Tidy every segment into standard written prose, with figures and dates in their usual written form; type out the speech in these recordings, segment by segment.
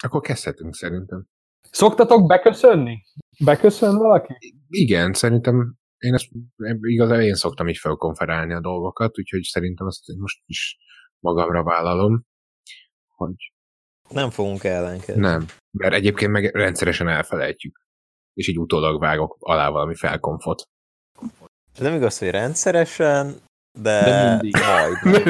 Akkor kezdhetünk szerintem. Szoktatok beköszönni? Beköszön valaki? Igen, szerintem igazán én szoktam így felkonferálni a dolgokat, úgyhogy szerintem azt most is magamra vállalom, hogy... Nem fogunk ellenkedni. Nem, mert egyébként meg rendszeresen elfelejtjük, és így utólag vágok alá valami felkonfot. Nem igaz, hogy rendszeresen, de mindig. majd.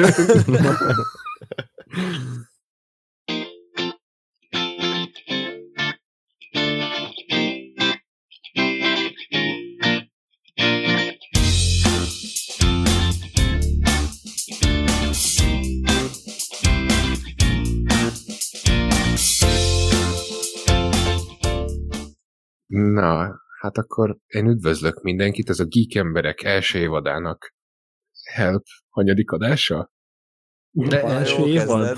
Na, hát akkor én üdvözlök mindenkit, ez a Geek Emberek első évadának Help hanyadik adása? De első évad.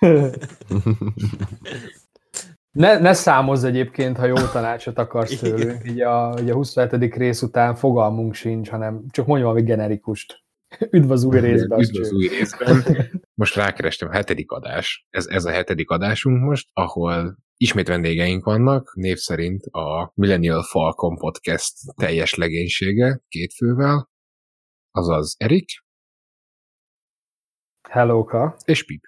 Ne számozz egyébként, ha jó tanácsot akarsz tőlünk. Így a 27. rész után fogalmunk sincs, hanem csak mondj valami generikust. Üdv az új részben. Üdv az új részben. Most rákerestem, 7. adás. Ez a 7. adásunk most, ahol ismét vendégeink vannak, név szerint a Millennial Falcon Podcast teljes legénysége, 2 fővel, azaz Erik. Hellóka. És Pip.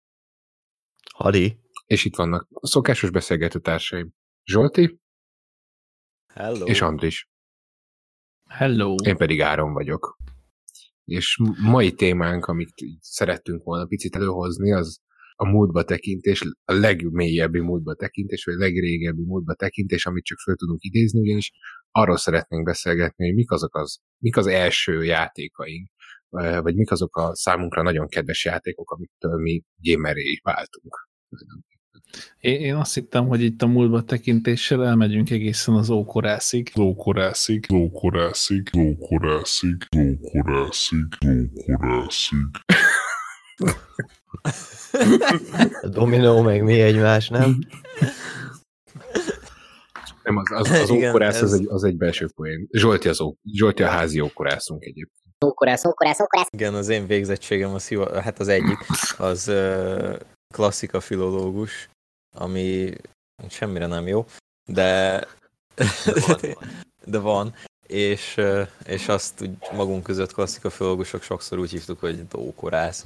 Hadi. És itt vannak a szokásos beszélgető társaim. Zsolti. Hello. És Andris. Hello. Én pedig Áron vagyok. És mai témánk, amit szerettünk volna picit előhozni, az a múltba tekintés, a legmélyebbi múltba tekintés, vagy a legrégebbi múltba tekintés, amit csak föl tudunk idézni, ugyanis arról szeretnénk beszélgetni, hogy mik az első játékaink, vagy mik azok a számunkra nagyon kedves játékok, amitől mi gameré váltunk. Én azt hittem, hogy itt a múltba tekintéssel elmegyünk egészen az ókorászig. A Dominó meg mi egymás, nem? Nem, az Igen, ókorász az egy belső poén. Zsolti a házi ókorászunk egyébként. Ókorász. Igen, az én végzettségem hát az egyik, az klasszika filológus, ami semmire nem jó, de van. És azt úgy magunk között klasszika filológusok sokszor úgy hívtuk, hogy ókorász.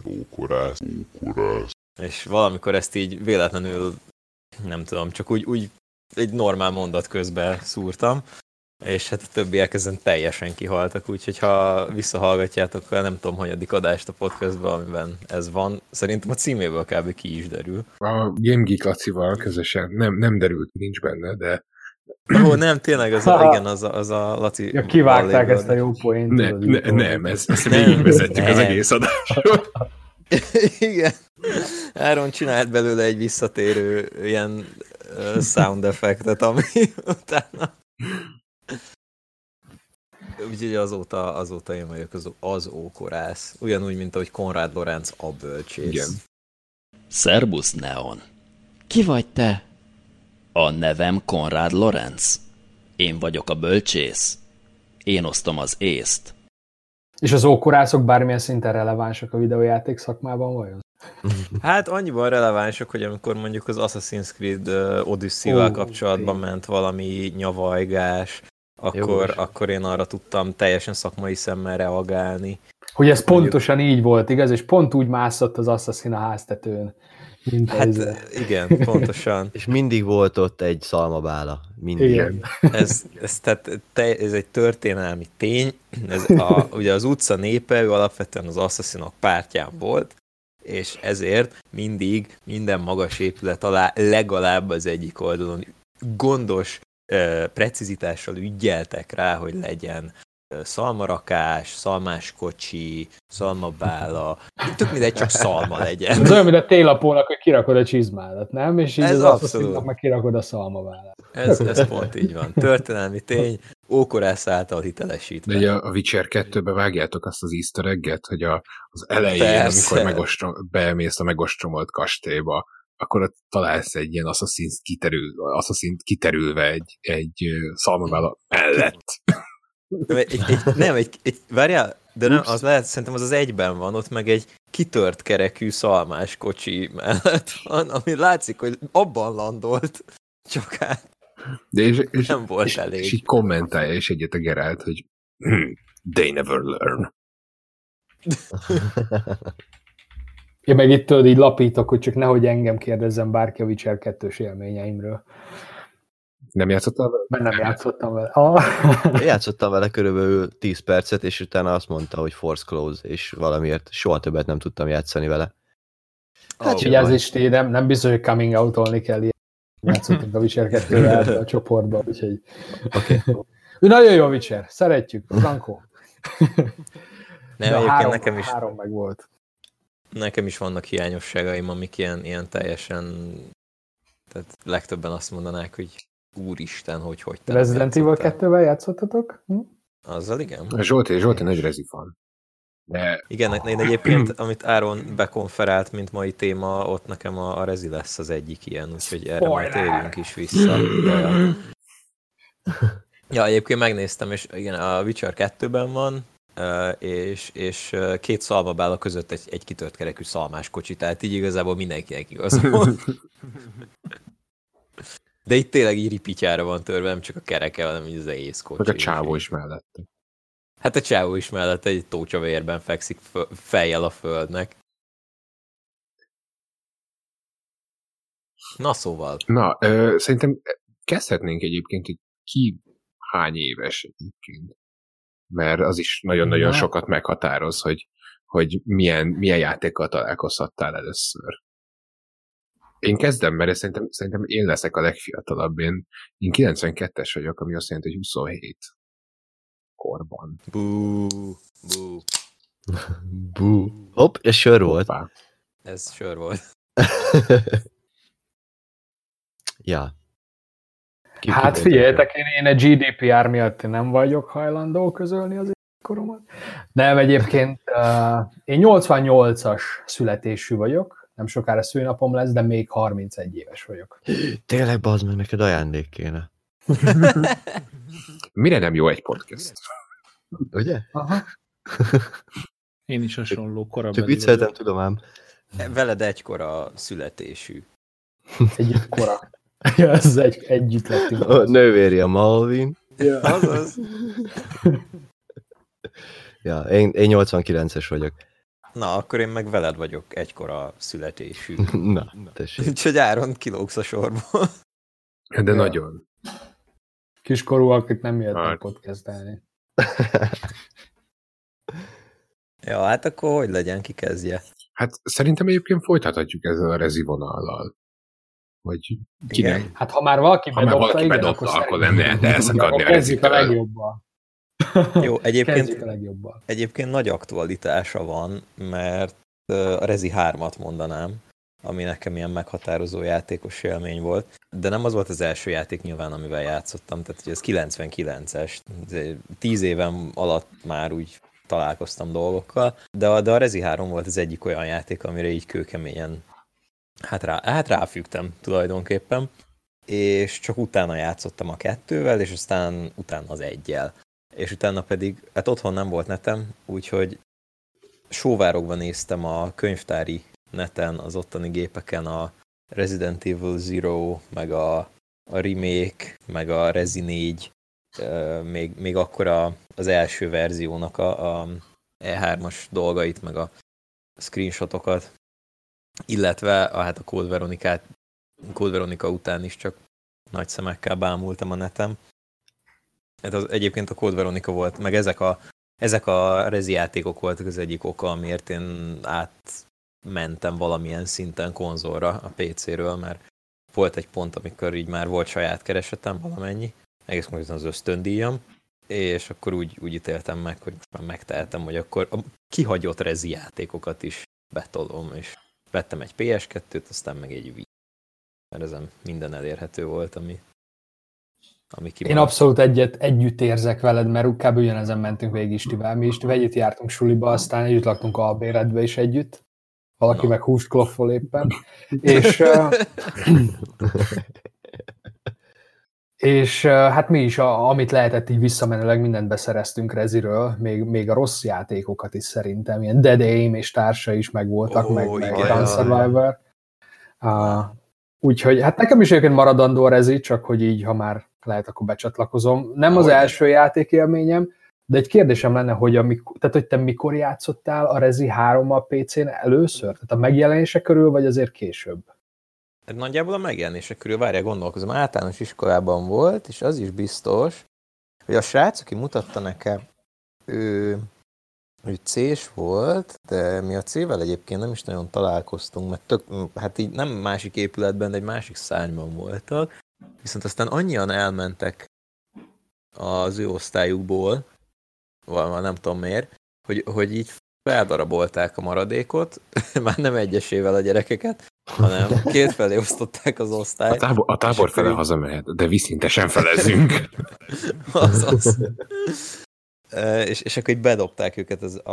És valamikor ezt így véletlenül, nem tudom, csak úgy egy normál mondat közben szúrtam, és hát a többiek ezen teljesen kihaltak, úgyhogy ha visszahallgatjátok, nem tudom, hanyadik adást a podcastban, amiben ez van, szerintem a címéből kb. Ki is derül. A Game Geek Lacival közösen nem derült, nincs benne, de... Nem, tényleg, az a Laci... Ja, kivágták ezt a jó poént. Nem, ezt végigvezetjük az egész adásról. Igen. Áron csinált belőle egy visszatérő ilyen sound effektet, ami utána... Úgyhogy azóta én vagyok az ókorász. Ugyanúgy, mint ahogy Konrád Lorenz a bölcsész. Igen. Szerbusz, Neon. Ki vagy te? A nevem Konrád Lorenz. Én vagyok a bölcsész. Én osztom az észt. És az ókorászok bármilyen szinten relevánsak a videójáték szakmában, vajon? Hát annyiban relevánsak, hogy amikor mondjuk az Assassin's Creed Odyssey-val kapcsolatban ment valami nyavajgás, akkor én arra tudtam teljesen szakmai szemmel reagálni. Hogy ez pontosan így volt, igaz? És pont úgy mászott az Assassin a háztetőn. Hát igen, pontosan. És mindig volt ott egy szalmabála. Mindig. Igen. Ez egy történelmi tény. Ugye az utca népe, ő alapvetően az Assassinok pártján volt, és ezért mindig minden magas épület alá legalább az egyik oldalon gondos precizitással ügyeltek rá, hogy legyen szalmarakás, szalmáskocsi, szalmabála, tök mindegy, csak szalma legyen. Ez olyan, mint a télapónak, hogy kirakod a csizmádat, nem? És így ez az abszolút. Assassinnak meg kirakod a szalmavállat. Ez pont így van. Történelmi tény, ókorász által hitelesítve. De a Witcher 2-be vágjátok azt az easter egget, hogy az elején, Persze. amikor bemész a megostromolt kastélyba, akkor ott találsz egy ilyen Assassin-t kiterülve egy szalmaválla mellett. Várjál, De nem, az lehet, szerintem az egyben van, ott meg egy kitört kerekű szalmás kocsi mellett van, ami látszik, hogy abban landolt, csak hát De és nem volt elég. És így kommentálja is egyet a Geralt, hogy they never learn. Én meg itt tudod, így lapítok, hogy csak nehogy engem kérdezzen bárki a Witcher 2-s élményeimről. Nem játszottál vele? Mert nem játszottam vele. Én játszottam vele körülbelül 10 percet, és utána azt mondta, hogy force close, és valamiért soha többet nem tudtam játszani vele. Hát vigyázz, nem biztos, hogy coming out-olni kell ilyen. Játszottunk a Witcher 2-vel a csoportban, úgyhogy... Oké. Ő nagyon jó Witcher, szeretjük, Franco. Nem, egyébként három meg volt. Nekem is vannak hiányosságaim, amik ilyen teljesen... Tehát legtöbben azt mondanák, hogy úristen, hogy te Resident Evil 2-vel játszottatok? Azzal igen. Zsolti nagy rezi fan. De... Igen, én egyébként, amit Áron bekonferált, mint mai téma, ott nekem a rezi lesz az egyik ilyen, úgyhogy erre majd térjünk is vissza. Ja, egyébként megnéztem, és igen, a Witcher 2-ben van, és két szalmabála között egy kitört kerekű szalmás kocsi, tehát így igazából mindenkinek igaz van. De itt tényleg így ripityára van törve, nem csak a kereke, hanem így az egész kocsi. Meg a csávó is mellette. Hát a csávó is mellette egy tócsavérben fekszik fejjel a földnek. Na szóval. Na, szerintem kezdhetnénk egyébként, hogy ki hány éves egyébként. Mert az is nagyon-nagyon sokat meghatároz, hogy milyen játékkal találkozhattál először. Én kezdem, mert szerintem én leszek a legfiatalabb. Én 92-es vagyok, ami azt jelenti, hogy 27 korban. Bú. Hopp, ez sör volt. Hoppá. Ez sör volt. Ja. Hát figyeljetek, én a GDPR miatt nem vagyok hajlandó közölni az koromat. Nem, egyébként én 88-as születésű vagyok, nem sokára szülinapom lesz, de még 31 éves vagyok. Tényleg, bazd meg, neked ajándék kéne. Mire nem jó egy podcast? Ugye? Aha. Én is hasonló korabeli. Csak vicceltem, tudom ám. Veled egykora születésű. Együtt kora. Ja, ez együtt lettünk. A nővéri a Malvin. Ja. Azaz. Ja, én 89-es vagyok. Na, akkor én meg veled vagyok egykora születésű. Na, tessék. Úgyhogy Áron kilógsz a sorból. De nagyon. Kiskorúak itt nem jöttek podcastelni. Ja, hát akkor hogy legyen, ki kezdje? Hát szerintem egyébként folytathatjuk ezzel a rezi vonallal. Hogy ki nem. Hát ha már valaki bedobta, akkor nem lehet elszakadni a kezdjük a legjobban. Jó, egyébként nagy aktualitása van, mert a Rezi 3-at mondanám, ami nekem ilyen meghatározó játékos élmény volt, de nem az volt az első játék nyilván, amivel játszottam, tehát ez 99-es, 10 évem alatt már úgy találkoztam dolgokkal, de a Rezi 3 volt az egyik olyan játék, amire így kőkeményen ráfügtem tulajdonképpen, és csak utána játszottam a 2-vel, és aztán utána az 1-jel. És utána pedig, hát otthon nem volt netem, úgyhogy sóvárogva néztem a könyvtári neten, az ottani gépeken a Resident Evil Zero, meg a remake, meg a Rezi 4, még akkor az első verziónak a E3-as dolgait, meg a screenshotokat, illetve hát a Code Veronica után is csak nagy szemekkel bámultam a netem. Hát egyébként a Code Veronica volt, meg ezek a rezi játékok voltak az egyik oka, amiért én átmentem valamilyen szinten konzolra a PC-ről, mert volt egy pont, amikor így már volt saját keresetem valamennyi, egész konkrétan az ösztöndíjam, és akkor úgy ítéltem meg, hogy most már megtehetem, hogy akkor a kihagyott rezi játékokat is betolom, és vettem egy PS2-t, aztán meg egy Wii, mert ezen minden elérhető volt, ami Én abszolút együtt érzek veled, mert kb. Ugyanezen mentünk végig Istivel. Mi Istivel együtt jártunk suliba, aztán együtt laktunk albéletbe is együtt. Valaki meg húst kloffol éppen. És hát mi is, amit lehetett így visszamenőleg mindent beszereztünk Reziről, még a rossz játékokat is szerintem, ilyen Dead Aim és társa is megvoltak, meg Gun Survivor. Úgyhogy hát nekem is egyébként maradandó a Rezi, csak hogy így, ha már lehet, akkor becsatlakozom. Nem az első játékélményem, de egy kérdésem lenne, hogy hogy te mikor játszottál a Rezi 3-mal PC-n először? Tehát a megjelenése körül, vagy azért később? Nagyjából a megjelenése körül, várjál, gondolkozom, általános iskolában volt, és az is biztos, hogy a srác, aki mutatta nekem, ő C-s volt, de mi a C-vel egyébként nem is nagyon találkoztunk, mert hát így nem másik épületben, de egy másik szárnyban voltak, viszont aztán annyian elmentek az ő osztályukból, nem tudom miért, hogy így feldarabolták a maradékot, már nem egyesével a gyerekeket, hanem kétfelé osztották az osztályt. A tábor fele hazamehet, de viszintesen felezzünk. Azaz. És akkor így bedobták őket az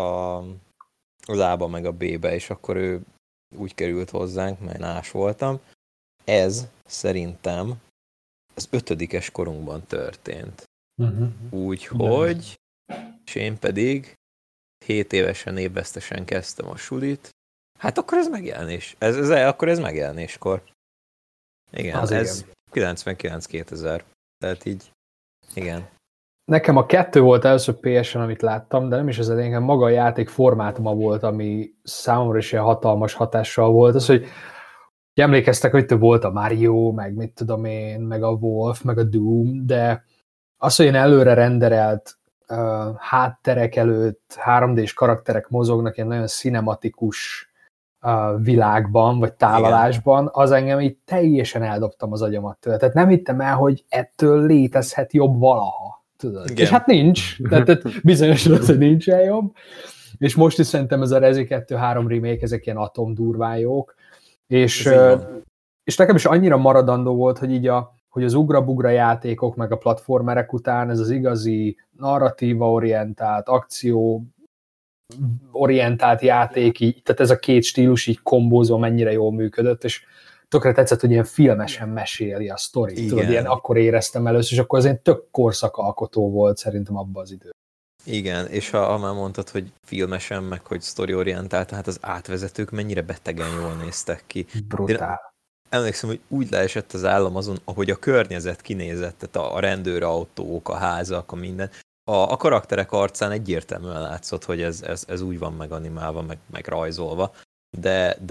A-ba meg a B-be, és akkor ő úgy került hozzánk, mert ás voltam. Ez szerintem az 5. korunkban történt. Úgyhogy, és én pedig 7 évesen évvesztesen kezdtem a sulit. Hát akkor ez megjelenés. Akkor ez megjelenéskor. Igen, az ez 99-2000. Tehát így, igen. Nekem a 2 volt először PS-en, amit láttam, de nem is az elég, maga a játék formátuma volt, ami számomra is ilyen hatalmas hatással volt. Az, hogy emlékeztek, hogy több volt a Mario, meg mit tudom én, meg a Wolf, meg a Doom, de az, hogy én előre renderelt hátterek előtt 3D-s karakterek mozognak ilyen nagyon cinematikus világban, vagy tálalásban, az engem így teljesen eldobtam az agyamat tőle. Tehát nem hittem el, hogy ettől létezhet jobb valaha. Tudod? És hát nincs. Tehát bizonyos, hogy nincsen jobb. És most is szerintem ez a Rezi 2-3 remake, ezek ilyen atomdurván jók. És nekem is annyira maradandó volt, hogy így hogy az ugra-bugra játékok, meg a platformerek után ez az igazi narratíva-orientált, akció-orientált játék, így, tehát ez a két stílus így kombózva mennyire jól működött, és tökre tetszett, hogy ilyen filmesen meséli a sztorit. Tudod, ilyen akkor éreztem először, és akkor az egy tök korszakalkotó volt szerintem abban az időben. Igen, és ha már mondtad, hogy filmesen, meg hogy sztoriorientált, hát az átvezetők mennyire betegen jól néztek ki. Brutál. Emlékszem, hogy úgy leesett az állam azon, ahogy a környezet kinézett, tehát a rendőrautók, a házak, a minden. A karakterek arcán egyértelműen látszott, hogy ez úgy van meganimálva, meg rajzolva, de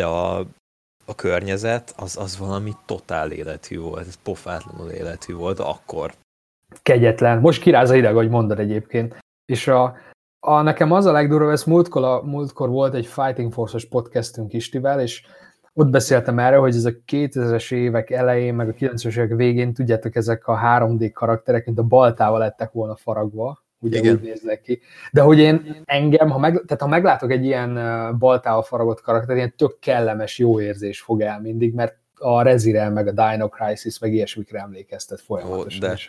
a környezet az valami totál élethű volt, ez pofátlanul élethű volt akkor. Kegyetlen. Most kiráz a hideg, ahogy mondod egyébként. És nekem az a legdurvább, ez múltkor volt egy Fighting Force-os podcastünk Istivel, és ott beszéltem erről, hogy ez a 2000-es évek elején, meg a 90-es évek végén, tudjátok, ezek a 3D karakterek, mint a baltával lettek volna faragva, ugye igen. Úgy néznek ki. De hogy engem, ha meglátok egy ilyen baltával faragott karakter, ilyen tök kellemes, jó érzés fog el mindig, mert a Rezire, meg a Dino Crisis, meg ilyesmikre emlékeztet folyamatosan.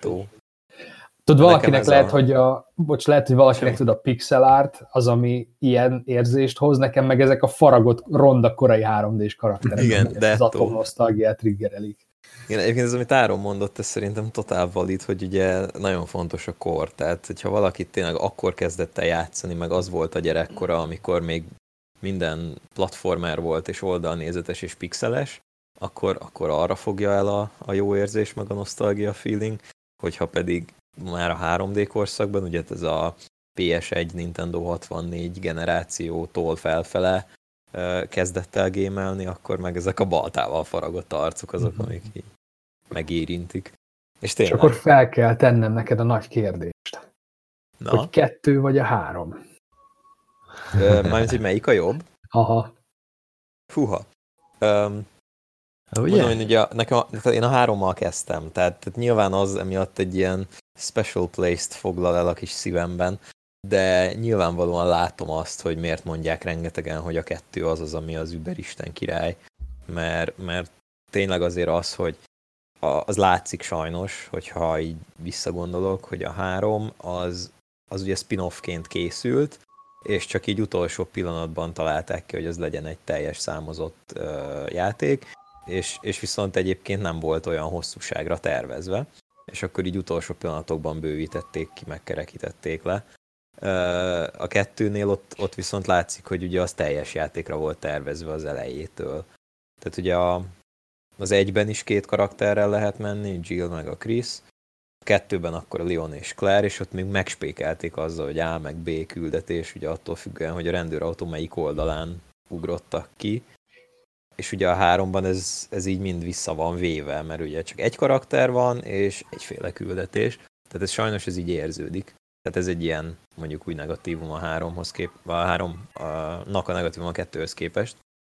Tudod, valakinek lehet, hogy lehet, hogy valakinek tud a pixel art, az, ami ilyen érzést hoz, nekem meg ezek a faragott, ronda korai 3D-s karakterek. Igen, de az atomnosztalgiát triggerelik. Igen, egyébként ez, amit Áron mondott, ez szerintem totál valid, hogy ugye nagyon fontos a kor. Tehát, hogyha valaki tényleg akkor kezdett el játszani, meg az volt a gyerekkora, amikor még minden platformer volt, és oldalnézetes és pixeles, akkor arra fogja el a jó érzés, meg a nosztalgia feeling, hogyha pedig már a 3D korszakban, ugye ez a PS1, Nintendo 64 generációtól felfele kezdett el gémelni, akkor meg ezek a baltával faragott arcok azok, amik így megérintik. És tényleg... akkor fel kell tennem neked a nagy kérdést. Na? Hogy 2 vagy a 3? Mármint, hogy melyik a jobb? Aha. Fúha. Mondom, hogy ugye én a 3-mal kezdtem, tehát nyilván az emiatt egy ilyen special place-t foglal el a kis szívemben, de nyilvánvalóan látom azt, hogy miért mondják rengetegen, hogy a 2 az, ami az überisten király, mert tényleg azért az, hogy az látszik sajnos, hogyha így visszagondolok, hogy a 3 az ugye spin-offként készült, és csak így utolsó pillanatban találták ki, hogy az legyen egy teljes számozott játék, és viszont egyébként nem volt olyan hosszúságra tervezve. és akkor így utolsó pillanatokban bővítették ki, megkerekítették le. A 2-nél ott viszont látszik, hogy ugye az teljes játékra volt tervezve az elejétől. Tehát ugye az 1-ben is 2 karakterrel lehet menni, Jill meg a Chris, a 2-ben akkor a Leon és Claire, és ott még megspékelték azzal, hogy A meg B küldetés, ugye attól függően, hogy a rendőrautó melyik oldalán ugrottak ki. És ugye a 3-ban ez így mind vissza van véve, mert ugye csak egy karakter van, és egyféle küldetés. Tehát ez sajnos ez így érződik. Tehát ez egy ilyen, mondjuk úgy negatívum a 3-hoz a 3-nak a negatívum a 2-höz képest.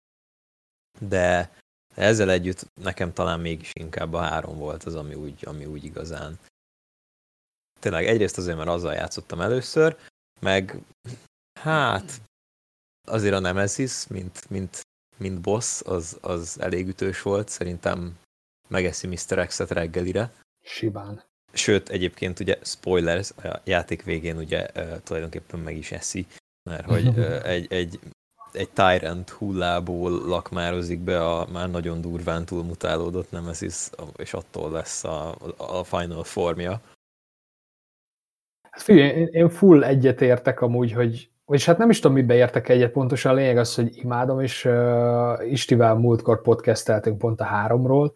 De ezzel együtt nekem talán mégis inkább a 3 volt az, ami úgy igazán. Tényleg egyrészt azért, mert azzal játszottam először, meg hát azért a Nemesis, mint boss, az elég ütős volt. Szerintem megeszi Mr. X-et reggelire. Simán. Sőt, egyébként ugye spoilers, a játék végén ugye tulajdonképpen meg is eszi, mert hogy egy Tyrant hullából lakmározik be a már nagyon durván túlmutálódott Nemesis, és attól lesz a final formja. Figyelj, én full egyetértek amúgy, hogy vagyis hát nem is tudom, miben értek egyet, pontosan a lényeg az, hogy imádom, és Istivel múltkor podcasteltünk pont a 3-ról,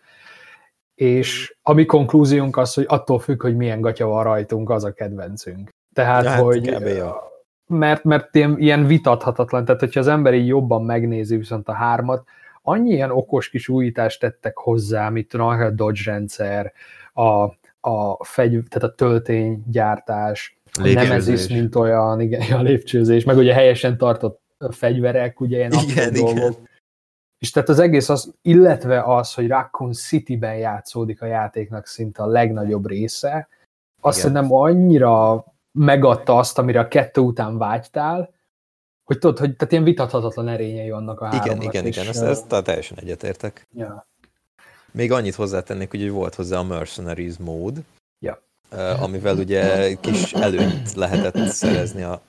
és a mi konklúziónk az, hogy attól függ, hogy milyen gatya van rajtunk, az a kedvencünk. Tehát, ja, hogy mert ilyen vitathatatlan, tehát hogyha az ember így jobban megnézi viszont a 3-at, annyi ilyen okos kis újítást tettek hozzá, mit tudom, a Dodge rendszer, tehát a tölténygyártás, a Nemesis, mint olyan, igen, a lépcsőzés, meg ugye helyesen tartott fegyverek, ugye ilyen apró dolgok. És tehát az egész az, illetve az, hogy Raccoon City-ben játszódik a játéknak szinte a legnagyobb része, azt szerintem annyira megadta azt, amire a 2 után vágytál, hogy tudod, hogy tehát ilyen vitathatatlan erényei vannak a 3-nak. Igen, ezt teljesen egyetértek. Ja. Még annyit hozzátennék, hogy volt hozzá a Mercenaries mód, ja. Amivel ugye kis előnyt lehetett szerezni a...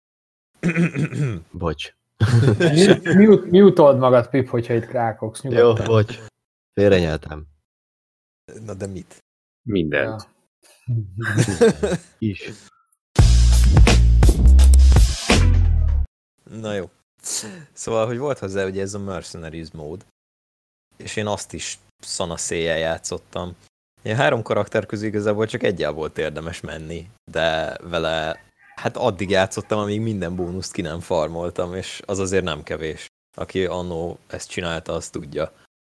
Bocs. Mute-old magad, Pip, hogyha itt krákogsz. Nyugodtan. Jó, bocs. Félrenyeltem. Na de mit? Mindent. Ja. Is. Na jó. Szóval, hogy volt hozzá ugye ez a Mercenaries mód, és én azt is szanaszéjjel játszottam. Ilyen 3 karakter közül igazából csak egyel volt érdemes menni, de vele hát addig játszottam, amíg minden bónuszt ki nem farmoltam, és az azért nem kevés. Aki annó ezt csinálta, azt tudja.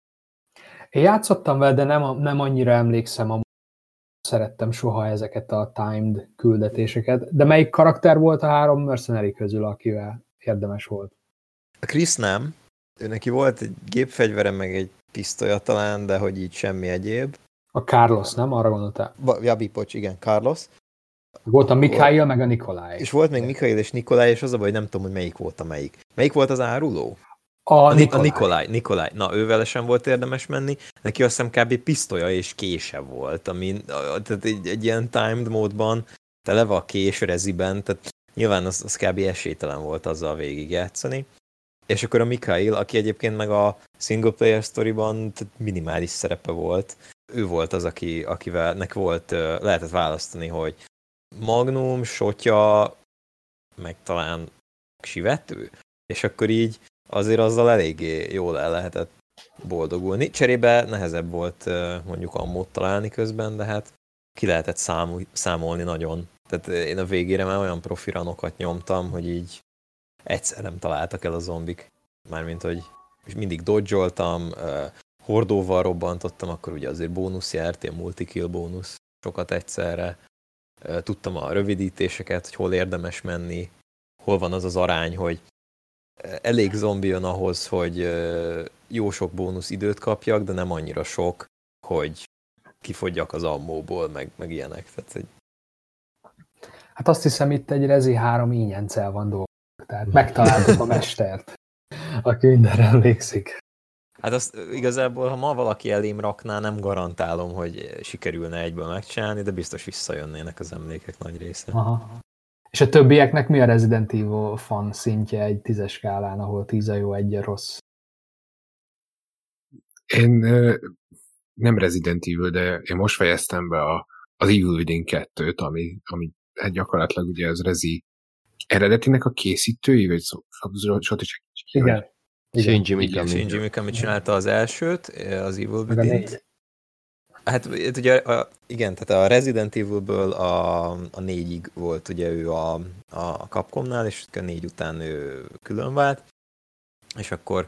Én játszottam vele, de nem annyira emlékszem, szerettem soha ezeket a timed küldetéseket. De melyik karakter volt a 3 mercenary közül, akivel érdemes volt? A Chris nem. Ő neki volt egy gépfegyvere, meg egy pisztolya talán, de hogy így semmi egyéb. A Carlos, nem? Arra gondoltál? Bipocs, igen, Carlos. Volt a Mikhail, meg a Nikolaj. És volt még Mikhail és Nikolaj, és az a baj, hogy nem tudom, hogy melyik volt a melyik. Melyik volt az áruló? A Nikolaj. Na, ővele sem volt érdemes menni. Neki azt hiszem kb. Pisztolya és kése volt, tehát egy ilyen timed módban, televe a kés reziben, tehát nyilván az kb. Esélytelen volt azzal végigjátszani. És akkor a Mikhail, aki egyébként meg a single player storyban minimális szerepe volt, ő volt az, akivel nek volt, lehetett választani, hogy Magnum, Sotya, meg talán sivető, és akkor így azért azzal eléggé jól el lehetett boldogulni. Cserébe nehezebb volt mondjuk ammót találni közben, de hát ki lehetett számolni nagyon. Tehát én a végére már olyan profi runokat nyomtam, hogy így egyszer nem találtak el a zombik. Mármint, hogy mindig dodge-oltam, hordóval robbantottam, akkor ugye azért bónusz járt, ilyen multi-kill bónusz sokat egyszerre. Tudtam a rövidítéseket, hogy hol érdemes menni, hol van az az arány, hogy elég zombi jön ahhoz, hogy jó sok bónusz időt kapjak, de nem annyira sok, hogy kifogyjak az ammóból, meg ilyenek. Tehát, hogy... Hát azt hiszem, itt egy Rezi 3 ínyencel van dolgok. Tehát megtaláltuk a mestert, aki mindenre emlékszik. Hát azt igazából, ha ma valaki elém rakná, nem garantálom, hogy sikerülne egyből megcsinálni, de biztos visszajönnének az emlékek nagy része. Aha. És a többieknek mi a Resident Evil fan szintje egy 10-es skálán, ahol 10 a jó, 1 a rossz? Én nem Resident Evil, de én most fejeztem be a az Evil Within 2-t, ami hát gyakorlatilag ugye az Rezi eredetinek a készítői, vagy Igen. Shinji Mikami csinálta az elsőt, az Evil Within-t. Hát ugye, igen, tehát a Resident Evil-ből a 4-ig volt ugye ő a Capcomnál, és a 4 után ő külön vált, és akkor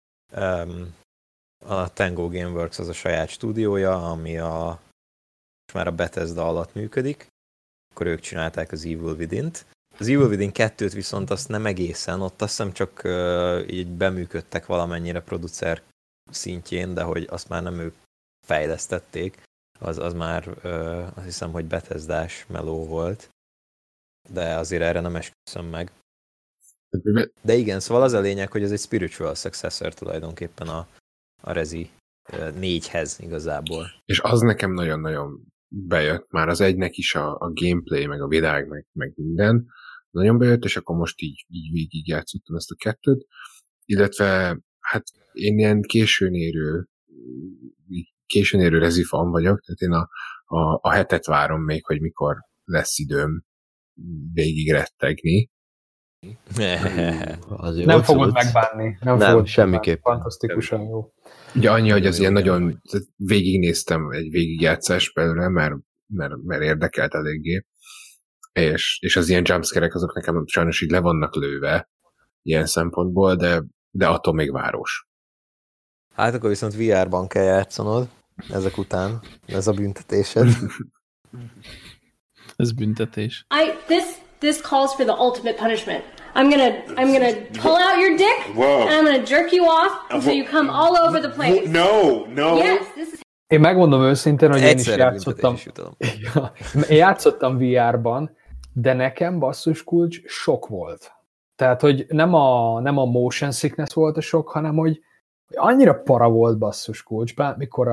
a Tango Gameworks az a saját stúdiója, ami már a Bethesda alatt működik, akkor ők csinálták az Evil Within-t. Az Evil Within 2-t viszont azt nem egészen, ott azt hiszem csak így beműködtek valamennyire producer szintjén, de hogy azt már nem ők fejlesztették, az már azt hiszem, hogy Bethesdás meló volt, de azért erre nem esküszöm meg. De igen, szóval az a lényeg, hogy ez egy spiritual successor tulajdonképpen a Rezi 4-hez igazából. És az nekem nagyon-nagyon bejött, már az egynek is a gameplay, meg a világ, meg minden, nagyon bejött, és akkor most így végig játszottam ezt a 2-t, illetve hát én ilyen későn érő Rezi fan vagyok, tehát én a 7-et várom még, hogy mikor lesz időm végig rettegni. Nem fogod megbánni. Nem semmiképp. Fantasztikusan jó. Ugye annyi, hogy az ilyen nagyon végignéztem egy végigjátszást belőle, mert érdekelt eléggé, és az ilyen jumpscare-ek azok nekem sajnos így le vannak lőve ilyen szempontból, de attól még város. Hát akkor viszont VR-ban kell játszanod ezek után. Ez a büntetésed. Ez büntetés. This calls for the ultimate punishment. I'm gonna pull out your dick. Whoa. And I'm gonna jerk you off until you come all over the place. No. Yes, this is... Én megmondom őszintén, hogy én is játszottam. Én játszottam VR-ban, de nekem basszus kulcs sok volt. Tehát, hogy nem a motion sickness volt a sok, hanem hogy annyira para volt basszus kulcs, mikor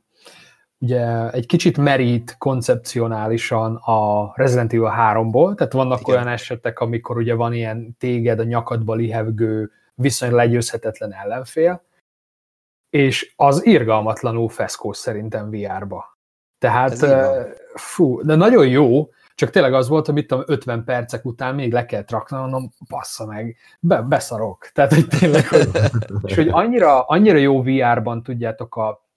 ugye egy kicsit merít koncepcionálisan a Resident Evil 3-ból, tehát vannak igen. Olyan esetek, amikor ugye van ilyen téged a nyakadba lihevgő, viszonylag legyőzhetetlen ellenfél, és az irgalmatlanul feszkós szerintem VR-ba. Tehát, de nagyon jó, csak tényleg az volt, hogy mit tudom, 50 percek után még le kellett raknom, mondom, bassza meg, beszarok. Tehát, hogy tényleg, és hogy annyira jó VR-ban tudjátok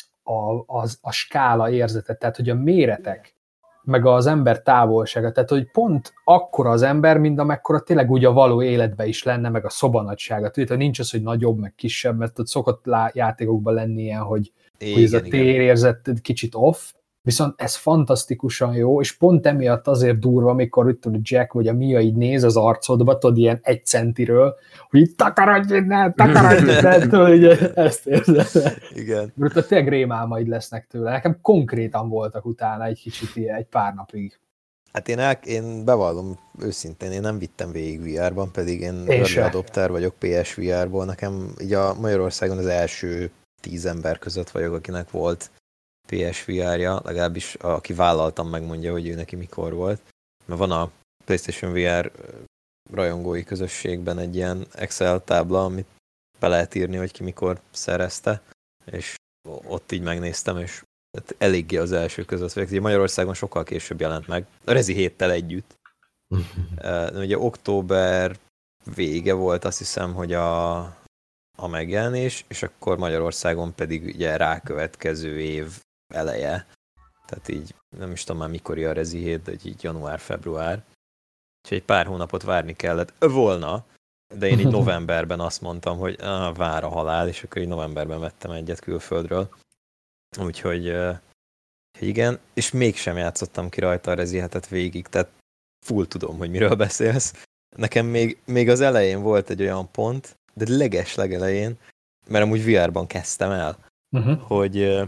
a skála érzetet, tehát, hogy a méretek, meg az ember távolsága, tehát, hogy pont akkora az ember, mint amekkora tényleg úgy a való életben is lenne, meg a szobanagysága. Tudod, hogy nincs az, hogy nagyobb, meg kisebb, mert ott szokott játékokban lenni ilyen, hogy ez a térérzet kicsit off, viszont ez fantasztikusan jó, és pont emiatt azért durva, amikor itt a Jack vagy a Mia így néz az arcodba, tudod, ilyen 1 centiről, hogy így takarodj innen, tudod, ugye ezt érzed. Igen. Mert tényleg rémálmaid lesznek tőle. Nekem konkrétan voltak utána egy kicsit ilyen, egy pár napig. Hát én bevallom őszintén, én nem vittem végig VR-ban, pedig én early adopter vagyok PSVR-ból. Nekem így a Magyarországon az első 10 ember között vagyok, akinek volt PSVR-ja, legalábbis aki vállaltam megmondja, hogy ő neki mikor volt. Mert van a PlayStation VR rajongói közösségben egy ilyen Excel tábla, amit be lehet írni, hogy ki mikor szerezte, és ott így megnéztem, és eléggé az első között vagyok. Ugye Magyarországon sokkal később jelent meg, a Rezi 7-tel együtt. Ugye október vége volt, azt hiszem, hogy a megjelenés, és akkor Magyarországon pedig ugye rákövetkező év eleje. Tehát így nem is tudom már mikor a Rezi 7, de így január-február. Úgyhogy egy pár hónapot várni kellett volna, de én így novemberben azt mondtam, hogy vár a halál, és akkor így novemberben vettem egyet külföldről. Úgyhogy igen, és mégsem játszottam ki rajta a Rezi 7-et végig, tehát full tudom, hogy miről beszélsz. Nekem még az elején volt egy olyan pont, de legelején, mert amúgy VR-ban kezdtem el, hogy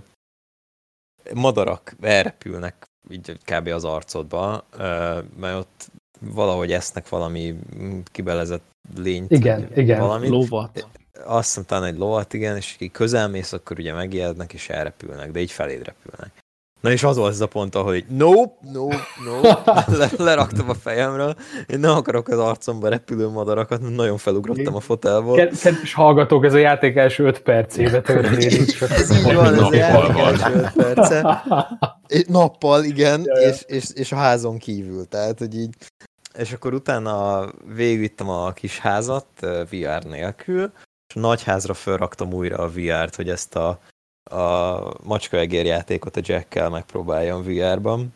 madarak elrepülnek így kb. Az arcodba, mert ott valahogy esznek valami kibelezett lényt. Igen. Valamit. Lovat. Azt hiszem talán egy lovat, igen, és így közelmész, akkor ugye megijednek és elrepülnek, de így feléd repülnek. Na és az volt az a pont, ahol így nope. Leraktam a fejemről. Én nem akarok az arcomba repülő madarakat, nagyon felugrottam a fotelból. Kedves hallgatók, ez a játék első 5 percébe történik. Ez így van, ez a játék első 5 perce. Nappal, igen, és a házon kívül, tehát, hogy így. És akkor utána végigvittem a kis házat VR nélkül, és a nagy házra felraktam újra a VR-t, hogy ezt a macskaegér játékot a Jackkel megpróbáljam VR-ban.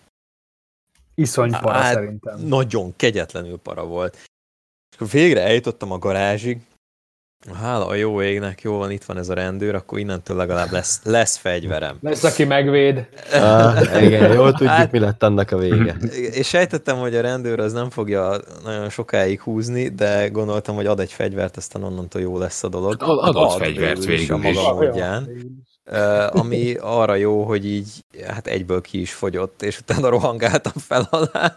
Iszony para szerintem. Nagyon kegyetlenül para volt. És akkor végre eljutottam a garázsig, hála a jó égnek, jó van, itt van ez a rendőr, akkor innentől legalább lesz fegyverem. Lesz, aki megvéd. Igen, jól tudjuk, mi lett annak a vége. És sejtettem, hogy a rendőr az nem fogja nagyon sokáig húzni, de gondoltam, hogy ad egy fegyvert, aztán onnantól jó lesz a dolog. Adott fegyvert végül a maga módján. Ami arra jó, hogy így hát egyből ki is fogyott, és utána rohangáltam fel alá,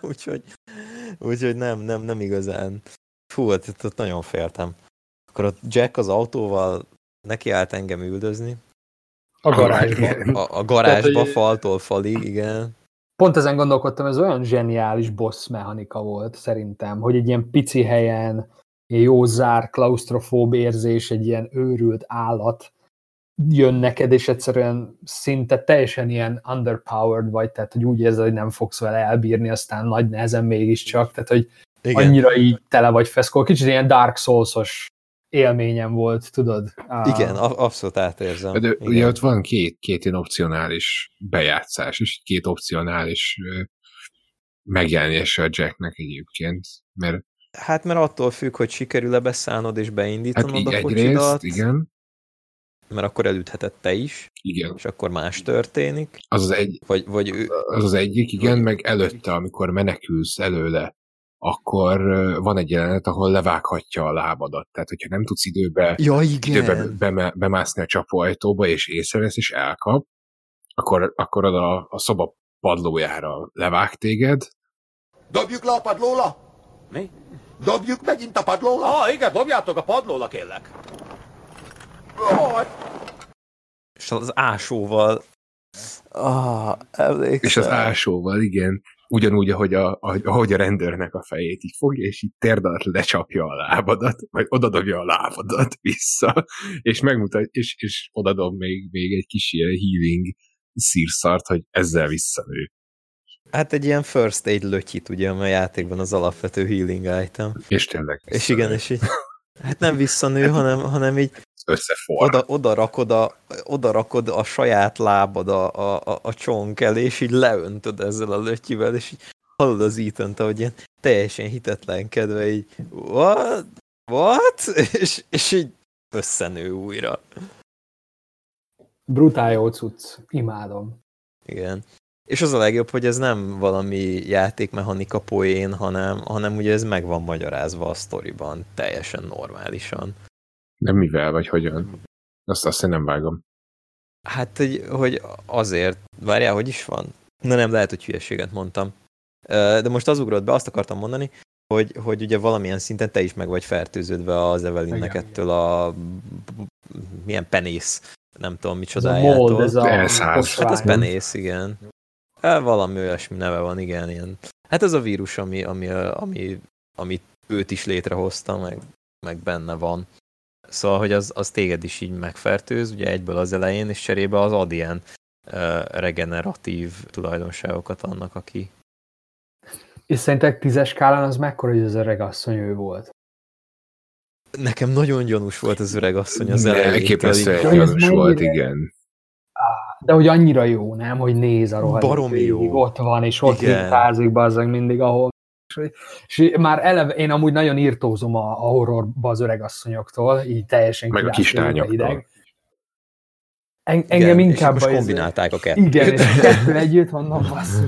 úgyhogy nem igazán. Fú, ott nagyon féltem. Akkor a Jack az autóval nekiállt engem üldözni. A garázsba. A garázsba, faltól falig, igen. Pont ezen gondolkodtam, ez olyan zseniális boss mechanika volt szerintem, hogy egy ilyen pici helyen, jó zár, klausztrofób érzés, egy ilyen őrült állat jön neked, és egyszerűen szinte teljesen ilyen underpowered vagy, tehát hogy úgy érzed, hogy nem fogsz vele elbírni, aztán nagy nehezen mégiscsak, tehát hogy igen. Annyira így tele vagy feszkol. Kicsit ilyen Dark Souls-os élményem volt, tudod? Igen, abszolút átérzem. De ugye ott van két ilyen opcionális bejátszás, és két opcionális megjelenése a Jacknek egyébként. Mert attól függ, hogy sikerül-e beszállnod és beindítanod a kocsidat. Egyrészt, igen. Mert akkor elütheted te is. Igen. És akkor más történik. Az az egyik, igen, vagy meg előtte, amikor menekülsz előle, akkor van egy jelenet, ahol levághatja a lábadat. Tehát, hogyha nem tudsz időbe bemászni a csapóajtóba, és észrevesz, és elkap, akkor a szoba padlójára levág téged. Dobjuk le a padlóra? Mi? Dobjuk megint a padlóra? Igen, dobjátok a padlóra, kérlek. És az ásóval emlékszem. És az ásóval, igen. Ugyanúgy, ahogy a rendőrnek a fejét így fogja, és így térd alatt lecsapja a lábadat, vagy odadobja a lábadat vissza, és megmutat, és odadob még egy kis ilyen healing szírszart, hogy ezzel visszanő. Hát egy ilyen first aid lötyit, ugye, amely a játékban az alapvető healing item. És tényleg. És igen, és így, hát nem visszanő, hanem így oda rakod a saját lábad a csonk elé, és így leöntöd ezzel a lötyivel, és így hallod az Ethan-t, ahogy ilyen teljesen hitetlenkedve, így what? És így összenő újra. Brutál jó cucc. Imádom. Igen. És az a legjobb, hogy ez nem valami játékmechanika poén, hanem ugye ez meg van magyarázva a sztoriban teljesen normálisan. Nem mivel, vagy hogyan? Azt én nem vágom. Hát, hogy azért, várjál, hogy is van? Nem, lehet, hogy hülyeséget mondtam. De most az ugrott be, azt akartam mondani, hogy ugye valamilyen szinten te is meg vagy fertőződve az Evelynnek ettől a milyen penész, nem tudom micsodájától. Ez a hát az penész, igen. Valami olyasmi neve van, igen, ilyen. Hát ez a vírus, ami őt is létrehozta, meg benne van. Szóval, hogy az téged is így megfertőz, ugye egyből az elején, és cserébe az ad ilyen regeneratív tulajdonságokat annak, aki... És szerintek 10-es skálán az mekkora, hogy az öreg asszony ő volt? Nekem nagyon gyanús volt az öreg asszony az elején. Elképesztően gyanús volt, igen. De hogy annyira jó, nem? Hogy néz a rohadt. Baromi jó. Ott van, és ott hintázik bazzeg mindig, ahol... És már eleve, én amúgy nagyon írtózom a horrorba az öregasszonyoktól, így teljesen meg a kislányoktól. Engem inkább... És most kombinálták a kettőt. Igen, és kettő együtt vannak, basszus.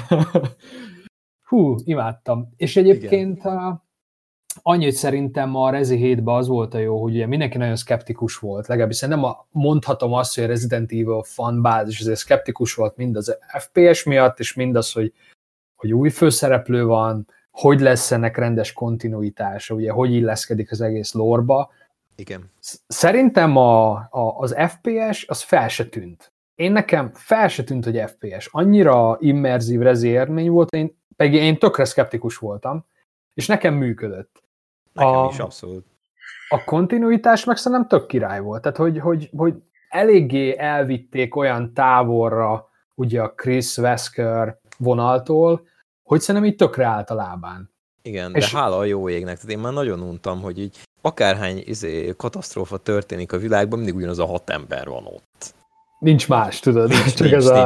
Hú, imádtam. És egyébként annyit szerintem a Rezi 7-ben az volt a jó, hogy ugye mindenki nagyon szkeptikus volt, legalábbis szerintem mondhatom azt, hogy a Resident Evil fanbázis azért szkeptikus volt mind az FPS miatt, és mind az, hogy új főszereplő van, hogy lesz ennek rendes kontinuitása, ugye, hogy illeszkedik az egész lore-ba. Igen. Szerintem az FPS az fel se tűnt. Nekem fel se tűnt, hogy FPS. Annyira immerzív Rezi élmény volt, pedig én tökre szkeptikus voltam, és nekem működött. Nekem is abszolút. A kontinuitás meg szerintem tök király volt. Tehát, hogy eléggé elvitték olyan távolra ugye a Chris Wesker vonaltól, hogy szerintem így tökre állt a lábán. Igen, de hála a jó égnek. Tehát én már nagyon untam, hogy így akárhány katasztrófa történik a világban, mindig ugyanaz a 6 ember van ott. Nincs más, tudod? Nincs.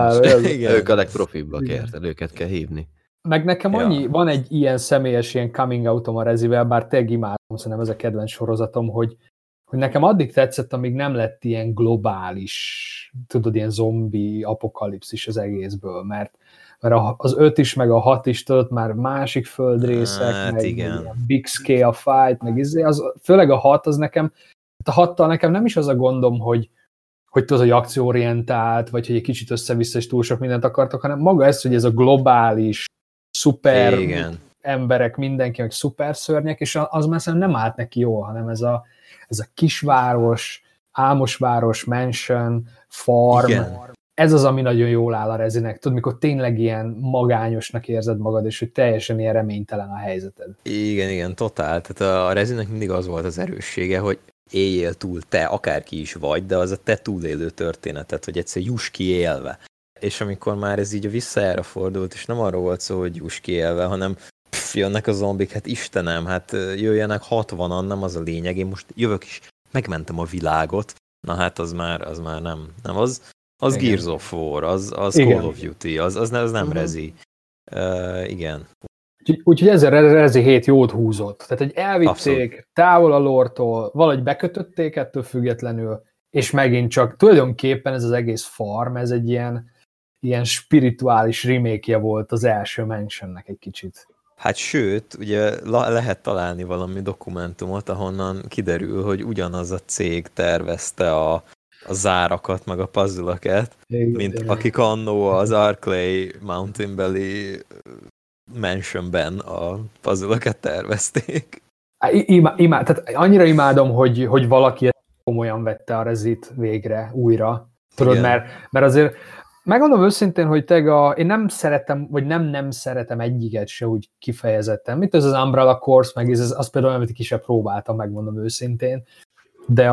Ők a legprofibbak, érted? Őket kell hívni. Meg nekem van egy ilyen személyes ilyen coming out-om a Rezivel, bár tényleg imádom, szerintem ez a kedvenc sorozatom, hogy nekem addig tetszett, amíg nem lett ilyen globális, tudod, ilyen zombi apokalipszis az egészből, mert az 5 is, meg a 6 is, tudod, már másik földrészek, meg ilyen big scale fight, meg főleg a 6 az nekem, a 6-tal nekem nem is az a gondom, hogy tudod, hogy akcióorientált, vagy hogy egy kicsit össze-vissza és túl sok mindent akartok, hanem maga ez, hogy ez a globális, szuper emberek, mindenki, meg szuper szörnyek, és az már szerintem nem állt neki jól, hanem ez a kisváros, álmosváros, mansion, farm, ez az, ami nagyon jól áll a Rezinek. Tudod, mikor tényleg ilyen magányosnak érzed magad, és hogy teljesen ilyen reménytelen a helyzeted. Igen, totál. Tehát a Rezinek mindig az volt az erőssége, hogy éljél túl te, akárki is vagy, de az a te túlélő történetet, hogy egyszer juss ki élve. És amikor már ez így a visszajára fordult, és nem arról volt szó, hogy juss ki élve, hanem jönnek a zombik, hát Istenem, hát jöjjenek 60-an, nem az a lényeg, én most jövök is, megmentem a világot, na hát az már nem az Gears of War, az Call of Duty, az nem Rezi. Igen. Úgyhogy ezzel Rezi 7 jót húzott. Tehát, hogy elvitték távol a lore-tól, valahogy bekötötték ettől függetlenül, és megint csak tulajdonképpen ez az egész farm, ez egy ilyen spirituális remake-je volt az első Mansionnek egy kicsit. Hát sőt, ugye lehet találni valami dokumentumot, ahonnan kiderül, hogy ugyanaz a cég tervezte a zárakat, meg a puzzle-okat, mint akik annó az Arklay Mountain-beli mansionben a puzzle-okat tervezték. Tehát annyira imádom, hogy valaki komolyan vette a Rezit végre, újra. Tudod, mert azért megmondom őszintén, hogy én nem szeretem, vagy nem szeretem egyiket se úgy kifejezetten. Mint az Umbrella Corps, meg az például, amit ki sem próbáltam, megmondom őszintén. De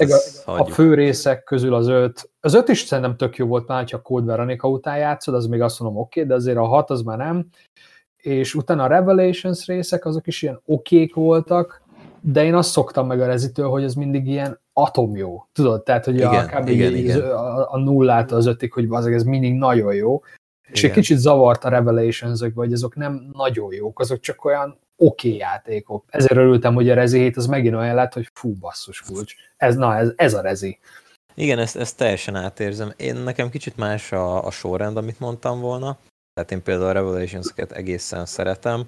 a fő részek közül az 5 is szerintem tök jó volt már, ha a Code Veronica után játszod, az még azt mondom oké, de azért a 6 az már nem. És utána a Revelations részek, azok is ilyen okék voltak, de én azt szoktam meg a Rezitől, hogy ez mindig ilyen atomjó. Tudod, tehát, hogy a nullától az 5-ig, hogy ez mindig nagyon jó. És egy kicsit zavart a Revelations-ökbe, hogy azok nem nagyon jók, azok csak olyan oké játékok. Ezért örültem, hogy a Rezi 7 az megint olyan lett, hogy fú, basszus kulcs. Ez a Rezi. Igen, ezt teljesen átérzem. Nekem kicsit más a sorrend, amit mondtam volna. Tehát én például a Revelations-öket egészen szeretem,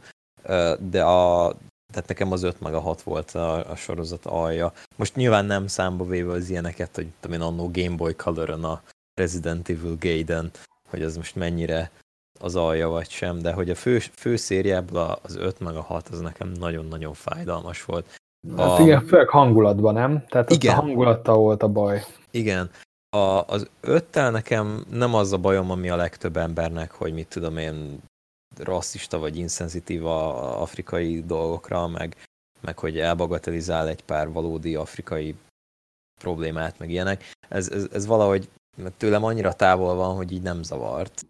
tehát nekem az 5 meg a 6 volt a sorozat alja. Most nyilván nem számba véve az ilyeneket, hogy tudom én annó Game Boy Color-on a Resident Evil Gaiden, hogy az most mennyire az alja vagy sem, de hogy a fő szériából az 5 meg a 6 az nekem nagyon-nagyon fájdalmas volt. Hát igen, főleg hangulatban, nem? Tehát ott a hangulattal volt a baj. Igen. Az 5-tel nekem nem az a bajom, ami a legtöbb embernek, hogy mit tudom én, rasszista vagy inszenzitív a afrikai dolgokra, meg hogy elbagatelizál egy pár valódi afrikai problémát, meg ilyenek. Ez valahogy tőlem annyira távol van, hogy így nem zavart.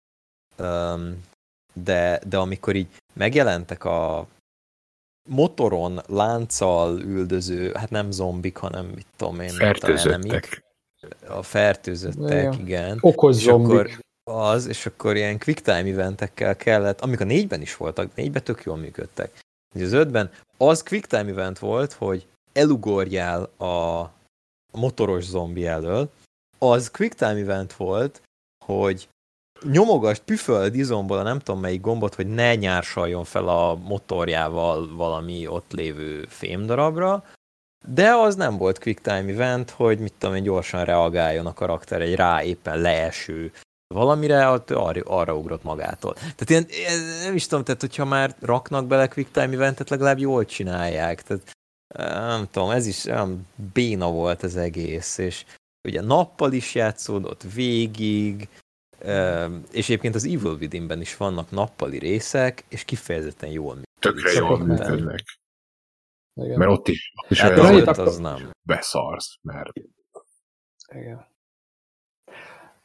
De amikor így megjelentek a motoron, lánccal üldöző, hát nem zombik, hanem mit tudom én. Fertőzöttek. A fertőzöttek, igen. Okos zombik. És akkor ilyen quicktime eventekkel kellett, amik a 4-ben is voltak, 4-ben tök jól működtek. Az 5-ben az quicktime event volt, hogy elugorjál a motoros zombi elől, az quicktime event volt, hogy nyomogasd, püföld izomból a nem tudom melyik gombot, hogy ne nyársaljon fel a motorjával valami ott lévő fémdarabra, de az nem volt quicktime event, hogy mit tudom én, gyorsan reagáljon a karakter egy rá éppen leeső valamire, arra ugrott magától. Tehát ilyen, nem is tudom, tehát hogyha már raknak bele quicktime eventet, legalább jól csinálják. Tehát nem tudom, ez is olyan béna volt az egész, és ugye nappal is játszódott végig, és egyébként az Evil Within-ben is vannak nappali részek, és kifejezetten jól működnek. Tökre jól működnek. Igen. Mert ott is hát olyan, az nem. beszarsz, mert... Igen.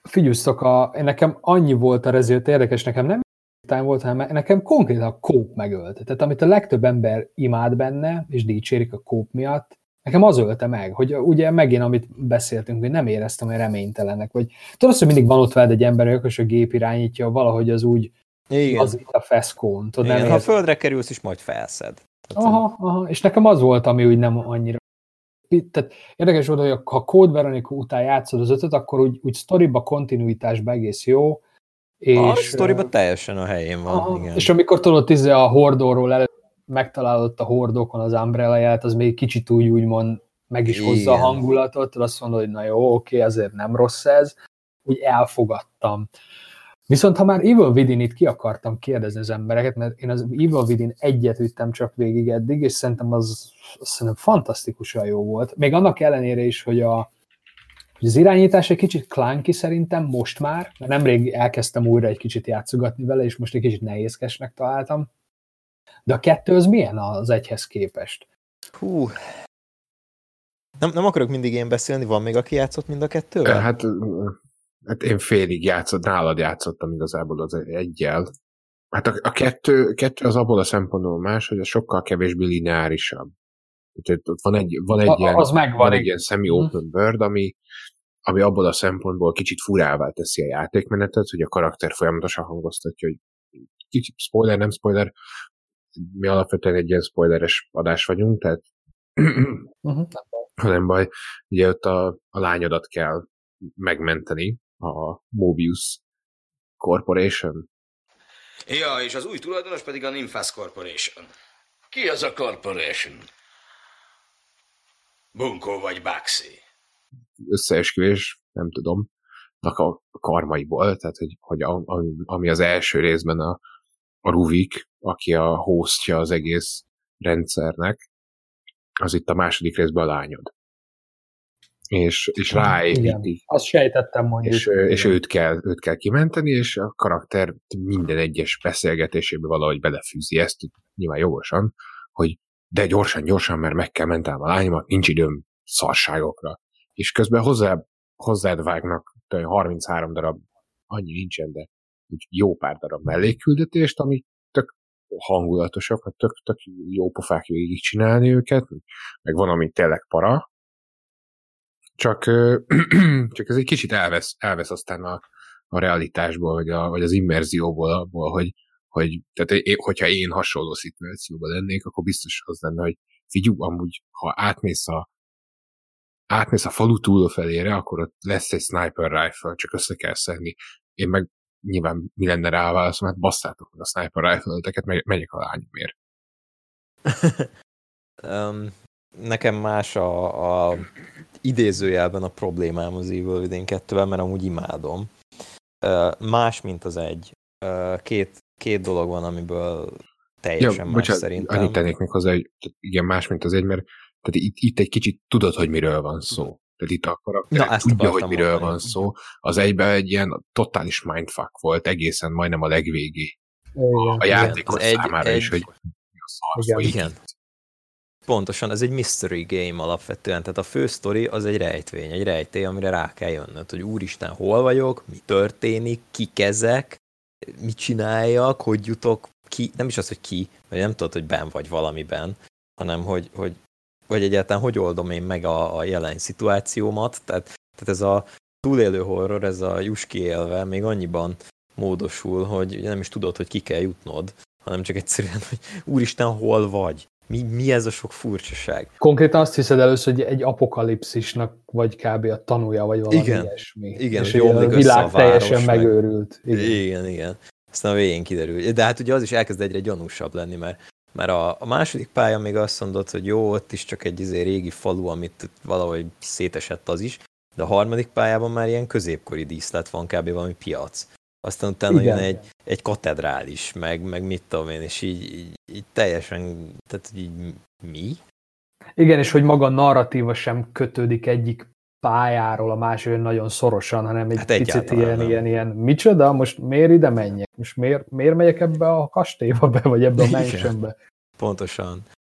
figyelsztok, nekem annyi volt a rezőt érdekes, nekem nem volt, hanem nekem konkrétan a Cope megölte. Tehát amit a legtöbb ember imád benne, és dicsérik a Cope miatt, nekem az ölte meg, hogy ugye megint, amit beszéltünk, hogy nem éreztem, hogy reménytelenek, vagy tudod, hogy mindig van ott veled egy ember, és a gép irányítja, valahogy az úgy az itt a feszkón. Igen, ha földre kerülsz is, majd felszed. Aha, és nekem az volt, ami úgy nem annyira. Tehát érdekes volt, hogy ha Code Veronica után játszod az 5-öt, akkor úgy sztoriba, kontinuitásban egész jó. És a sztoriban teljesen a helyén van. Igen. És amikor tudod, a hordóról megtalálod a hordókon az umbrelláját, az még kicsit úgymond meg is hozza a hangulatot, azt mondod, hogy na jó, oké, azért nem rossz ez. Úgy elfogadtam. Viszont ha már Evil Within-it ki akartam kérdezni az embereket, mert én az Evil Within 1-et vittem csak végig eddig, és szerintem az fantasztikusan jó volt. Még annak ellenére is, hogy az irányítás egy kicsit clunky szerintem most már, mert nemrég elkezdtem újra egy kicsit játszogatni vele, és most egy kicsit nehézkesnek találtam. De a 2 az milyen az 1-hez képest? Hú. Nem akarok mindig én beszélni, van még aki játszott mind a 2-vel? Hát én félig nálad játszottam igazából az 1-jel. Hát a kettő az abból a szempontból más, hogy az sokkal kevésbé lineárisabb. Tehát ott van egy ilyen semi-open world, ami abból a szempontból kicsit furává teszi a játékmenetet, hogy a karakter folyamatosan hangoztatja, hogy kicsit spoiler, nem spoiler, mi alapvetően egy ilyen spoileres adás vagyunk, tehát nem baj, ugye ott a lányodat kell megmenteni, a Mobius Corporation. Ja, és az új tulajdonos pedig a Nymphas Corporation. Ki az a Corporation? Bunkó vagy Baxi? Összeesküvés, nem tudom, a karmaiból, tehát hogy ami az első részben a Ruvik, aki a hostja az egész rendszernek, az itt a második részben a lányod. És ráépíti. Azt sejtettem mondjuk. És őt kell kimenteni, és a karakter minden egyes beszélgetésében valahogy belefűzi ezt, nyilván jogosan, hogy de gyorsan, mert meg kell mentelnem a lányomat, nincs időm szarságokra. És közben hozzád vágnak 33 darab, annyi nincsen, de jó pár darab mellékküldetést, ami tök hangulatosak, tök jó pofák végig csinálni őket, meg van, ami tényleg para, csak ez egy kicsit elvesz aztán a realitásból, vagy az immerzióból abból, tehát hogyha én hasonló szituációban lennék, akkor biztos az lenne, hogy figyelj, amúgy, ha átmész a falu túlfelére, akkor ott lesz egy sniper rifle, csak össze kell szedni. Én meg nyilván mi lenne rá a válaszom, hát basszátok meg a sniper rifle-teket, megyek a lányomért. Nekem más a idézőjelben a problémám az Evil Within 2-vel, mert amúgy imádom. Más, mint az 1. Két dolog van, amiből teljesen más szerintem. Annyit tennék még hozzá, hogy igen, más, mint az 1, mert tehát itt egy kicsit tudod, hogy miről van szó. Tehát itt a karakter tudja, hogy miről van szó. Az 1-ben egy ilyen totális mindfuck volt, egészen majdnem a legvégé. A játékos számára is, hogy igen. Pontosan, ez egy mystery game alapvetően, tehát a fő sztori az egy rejtvény, egy rejtély, amire rá kell jönnöd, hogy úristen, hol vagyok, mi történik, kik ezek, mit csináljak, hogy jutok ki, nem is az, hogy ki, vagy nem tudod, hogy benn vagy valamiben, hanem hogy egyáltalán hogy oldom én meg a jelen szituációmat, tehát ez a túlélő horror, ez a Juski élve még annyiban módosul, hogy nem is tudod, hogy ki kell jutnod, hanem csak egyszerűen, hogy úristen, hol vagy? Mi ez a sok furcsaság? Konkrétan azt hiszed először, hogy egy apokalipszisnak vagy kb. A tanúja, vagy valami ilyesmi. Igen, és a világ teljesen megőrült. Igen. Aztán a végén kiderül. De hát ugye az is elkezd egyre gyanúsabb lenni, mert a második pálya még azt mondod, hogy jó, ott is csak egy régi falu, amit valahogy szétesett az is, de a harmadik pályában már ilyen középkori díszlet van, kb. Valami piac. Aztán utána jön egy katedrális, meg mit tudom én, és így teljesen, tehát így mi? Igen, és hogy maga a narratíva sem kötődik egyik pályáról a másik nagyon szorosan, hanem egy picit ilyen, micsoda, most miért ide menjek? Most miért megyek ebbe a kastélyba be, vagy ebbe a mansionbe? Pontosan.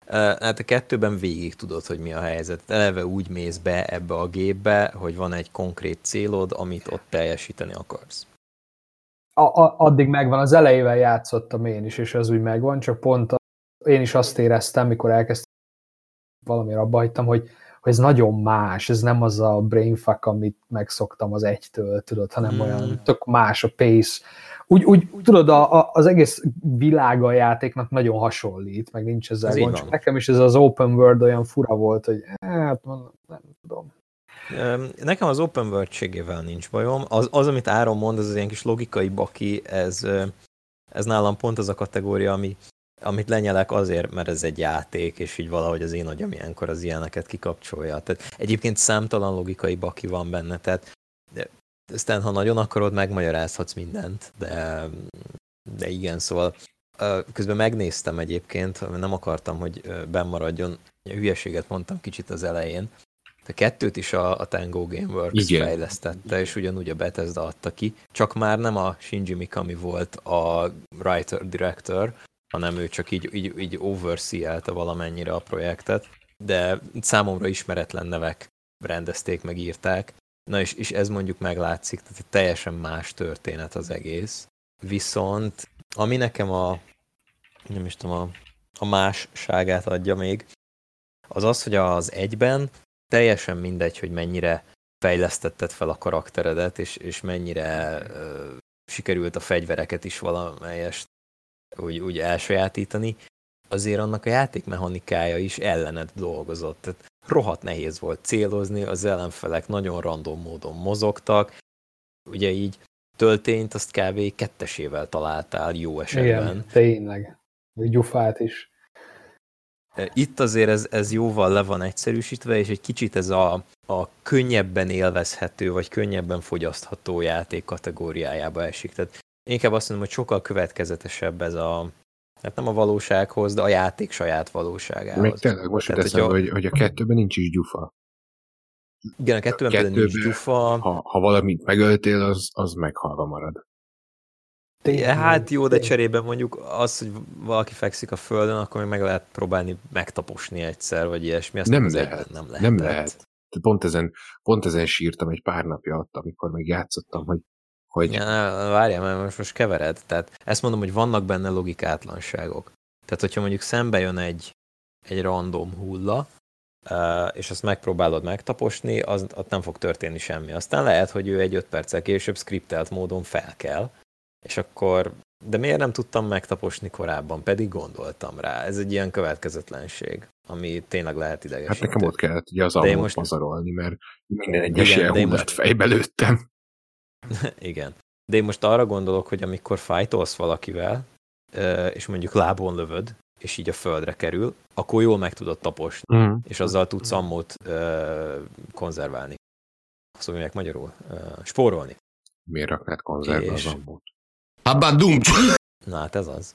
Hát a 2-ben végig tudod, hogy mi a helyzet. Eleve úgy mész be ebbe a gépbe, hogy van egy konkrét célod, amit ott teljesíteni akarsz. Addig megvan, az elejével játszottam én is, és az úgy megvan, csak pont én is azt éreztem, mikor elkezdtem valamire abba hagytam, hogy ez nagyon más, ez nem az a brainfuck, amit megszoktam az 1-től, tudod, hanem olyan tök más a pace. Úgy tudod, az egész világa a játéknak nagyon hasonlít, meg nincs ezzel gond, csak nekem is ez az open world olyan fura volt, hogy hát nem tudom. Nekem az open world-ségével nincs bajom. Az, amit Áron mond, az ilyen kis logikai baki, ez nálam pont az a kategória, amit lenyelek azért, mert ez egy játék, és így valahogy az én agyam ilyenkor az ilyeneket kikapcsolja. Tehát egyébként számtalan logikai baki van benne, tehát aztán, ha nagyon akarod, megmagyarázhatsz mindent, de igen, szóval közben megnéztem egyébként, nem akartam, hogy benn maradjon, hülyeséget mondtam kicsit az elején, de 2-t is a Tango Gameworks fejlesztette, és ugyanúgy a Bethesda adta ki, csak már nem a Shinji Mikami volt a writer-director, hanem ő csak így oversee-elte valamennyire a projektet, de számomra ismeretlen nevek rendezték, meg írták. Na és ez mondjuk meglátszik, tehát teljesen más történet az egész. Viszont ami nekem a másságát adja még, az, hogy az 1-ben teljesen mindegy, hogy mennyire fejlesztetted fel a karakteredet, és mennyire sikerült a fegyvereket is valamelyest úgy elsajátítani, azért annak a játékmechanikája is ellened dolgozott. Tehát rohadt nehéz volt célozni, az ellenfelek nagyon random módon mozogtak, ugye így töltényt azt kb. 2-esével találtál jó esetben. Igen, tényleg. Gyufát is. Itt azért ez jóval le van egyszerűsítve, és egy kicsit ez a könnyebben élvezhető, vagy könnyebben fogyasztható játék kategóriájába esik. Tehát inkább azt mondom, hogy sokkal következetesebb ez hát nem a valósághoz, de a játék saját valóságához. Még tényleg most jut eszembe, hogy a 2-ben nincs is gyufa. Igen, a 2-ben nincs gyufa. Ha valamit megöltél, az meghalva marad. Hát jó, de cserében mondjuk az, hogy valaki fekszik a földön, akkor még meg lehet próbálni megtaposni egyszer, vagy ilyesmi. Azt nem lehet. Nem lehet. Pont ezen sírtam egy pár napja ott, amikor még játszottam, hogy... Ja, várjál, mert most kevered. Tehát ezt mondom, hogy vannak benne logikátlanságok. Tehát, hogyha mondjuk szembe jön egy random hulla, és azt megpróbálod megtaposni, ott nem fog történni semmi. Aztán lehet, hogy ő egy 5 perccel később skriptelt módon felkel, és akkor... De miért nem tudtam megtaposni korábban? Pedig gondoltam rá. Ez egy ilyen következetlenség, ami tényleg lehet idegesítő. Hát nekem ott kellett ugye az almot pazarolni, mert minden egyes ilyen hullát fejbe lőttem. Igen. De én most arra gondolok, hogy amikor fightolsz valakivel, és mondjuk lábon lövöd, és így a földre kerül, akkor jól meg tudod taposni, és azzal tudsz ammót konzerválni. Azt mondják magyarul? Spórolni. Miért raknád konzervbe az ammót? Na hát ez az.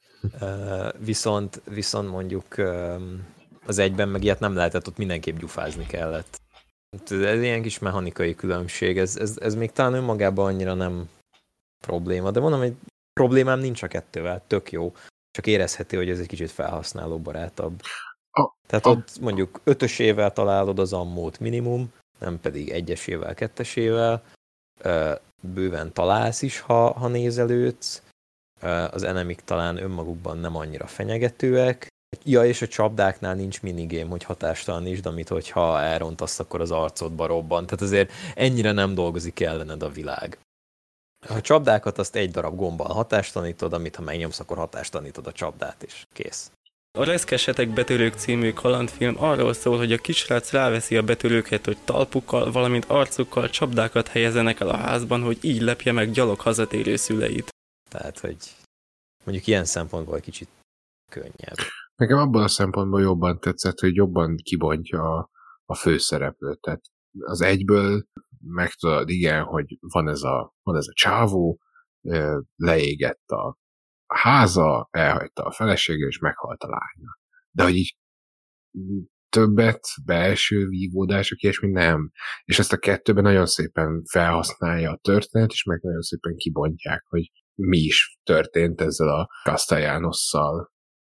Viszont mondjuk az 1-ben meg ilyet nem lehetett, ott mindenképp gyufázni kellett. Ez ilyen kis mechanikai különbség, ez még talán önmagában annyira nem probléma, de mondom, hogy problémám nincs a 2-vel, tök jó, csak érezhető, hogy ez egy kicsit felhasználóbarátabb. Tehát ott mondjuk 5-ösével találod az ammót minimum, nem pedig 1-esével, 2-esével, bőven találsz is, ha nézelődsz, az enemik talán önmagukban nem annyira fenyegetőek. Ja, és a csapdáknál nincs minigame, hogy hatástalanítsd, amit hogyha elrontasz, akkor az arcodba robban. Tehát azért ennyire nem dolgozik ellened a világ. A csapdákat azt egy darab gombbal hatástalanítod, amit ha megnyomsz, akkor hatástalanítod a csapdát, és kész. A Reszkesetek betörők című kalandfilm arról szól, hogy a kisrác ráveszi a betörőket, hogy talpukkal, valamint arcukkal csapdákat helyezenek el a házban, hogy így lepje meg gyalog hazatérő szüleit. Tehát, hogy mondjuk ilyen szempontból kicsit könnyebb. Nekem abban a szempontból jobban tetszett, hogy jobban kibontja a főszereplőt. Tehát az 1-ből megtudod, igen, hogy van ez a csávó, leégett a háza, elhagyta a felesége, és meghalt a lánya. De hogy így többet, belső vívódások, ilyesmi nem. És ezt a 2-ben nagyon szépen felhasználja a történet, és meg nagyon szépen kibontják, hogy mi is történt ezzel a Castellaноsszal.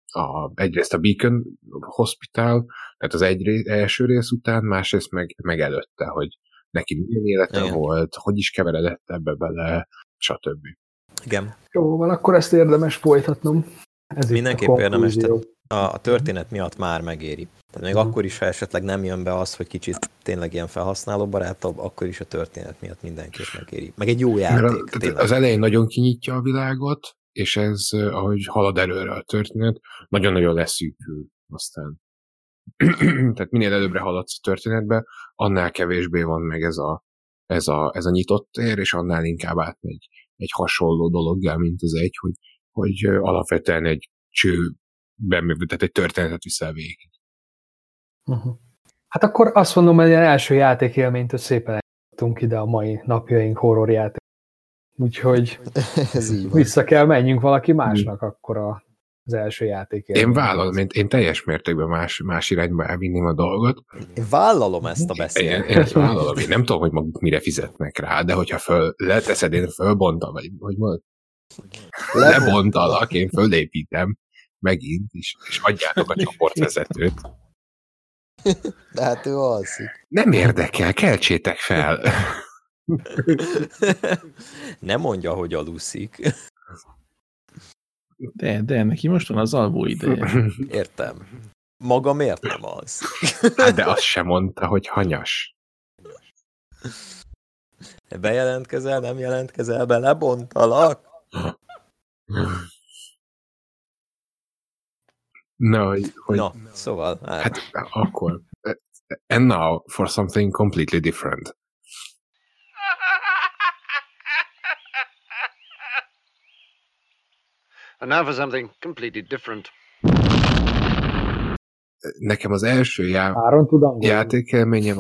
egyrészt a Beacon Hospital, tehát az első rész után, másrészt meg előtte, hogy neki milyen élete volt, hogy is keveredett ebbe bele, stb. Igen. Jó, van, akkor ezt érdemes folytatnom. Ez mindenképp érdemes, a történet miatt már megéri. Tehát még akkor is, ha esetleg nem jön be az, hogy kicsit tényleg ilyen felhasználóbarátabb, akkor is a történet miatt mindenképp megéri. Meg egy jó játék. Az elején nagyon kinyitja a világot, és ez, ahogy halad előre a történet, nagyon-nagyon leszűkül aztán. Tehát minél előbbre haladsz a történetbe, annál kevésbé van meg ez a nyitott tér, és annál inkább átmegy egy hasonló dologgá, mint az hogy alapvetően egy tehát egy történetet viszel végig. Hát akkor azt mondom, hogy ilyen első játékélménytől szépen eljutottunk ide a mai napjaink horrorjáték. Úgyhogy vissza kell menjünk valaki másnak akkor az első játékélmény. Én vállalom, én teljes mértékben más irányba elvinném a dolgot. Én vállalom ezt a beszélgetést. Én vállalom, én nem tudom, hogy maguk mire fizetnek rá, de hogyha leteszed, én fölbontam, vagy hogy mondod? Lebontalak, én fölépítem megint is, és adjátok a csoportvezetőt. De hát ő alszik. Nem érdekel, keltsétek fel. Nem mondja, hogy aluszik. De neki most van az alvó ideje. Értem. Maga miért nem az? Hát de azt sem mondta, hogy hanyas. Bejelentkezel, nem jelentkezel be, lebontalak? Na, szóval. Hát akkor. And now for something completely different. And now for something completely different. Nekem az első játékélményem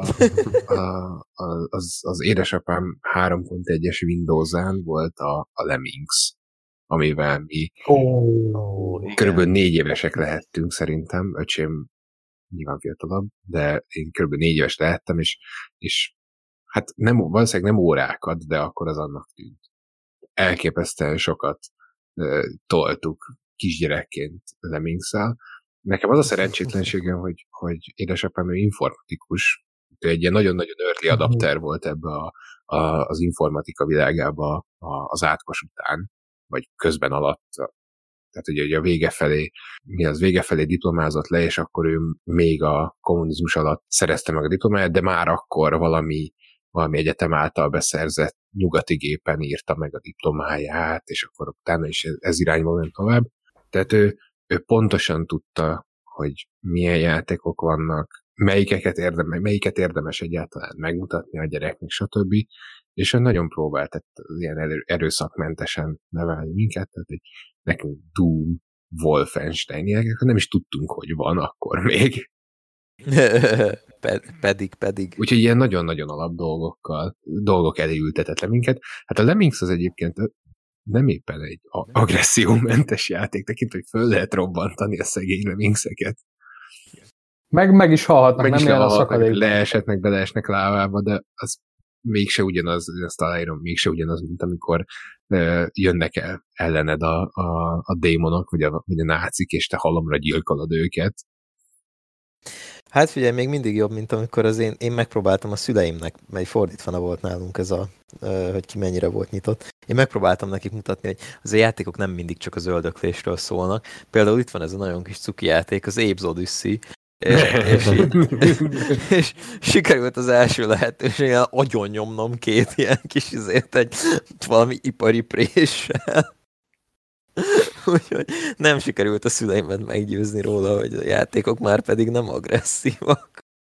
az édesapám 3.1-es Windows-án volt a Lemmings, amivel mi körülbelül 4 évesek lehettünk szerintem, öcsém nyilván fiatalabb, de én körülbelül 4 éves lehettem, és hát valószínűleg nem órákat, de akkor az annak tűnt. Elképesztően sokat toltuk kisgyerekként Lemmings-szel. Nekem az a szerencsétlenségem, hogy édesapám ő informatikus, ő egy ilyen nagyon-nagyon early adapter volt ebbe az informatika világába az átkos után, vagy közben alatt. Tehát ugye a vége felé diplomázott le, és akkor ő még a kommunizmus alatt szerezte meg a diplomáját, de már akkor valami egyetem által beszerzett nyugati gépen írta meg a diplomáját, és akkor utána is ez irányba ment tovább. Tehát ő pontosan tudta, hogy milyen játékok vannak, melyiket érdemes egyáltalán megmutatni a gyereknek, stb. És ő nagyon próbált ilyen erőszakmentesen nevelni minket, tehát nekünk Doom, Wolfenstein, ilyeneket nem is tudtunk, hogy van akkor még. pedig. Úgyhogy ilyen nagyon-nagyon alap dolgok elé ültetett le minket. Hát a Lemmings az egyébként nem éppen egy agressziómentes játék, tekintve, hogy föl lehet robbantani a szegény Lemmingseket. Meg is halhatnak, nem ilyen a szakadék. Leeshetnek, beleesnek lávába, de az mégse ugyanaz, ezt aláírom, mégse ugyanaz, mint amikor jönnek ellened a démonok, vagy a nácik, és te halomra gyilkolod őket. Hát figyelj, még mindig jobb, mint amikor én megpróbáltam a szüleimnek, mert fordítva volt nálunk ez hogy ki mennyire volt nyitott. Én megpróbáltam nekik mutatni, hogy az a játékok nem mindig csak az öldöklésről szólnak. Például itt van ez a nagyon kis cuki játék, az Apes Odyssey, és sikerült az első lehetőséggel agyon nyomnom 2 ilyen kis valami ipari préssel. Úgyhogy nem sikerült a szüleimet meggyőzni róla, hogy a játékok már pedig nem agresszívak.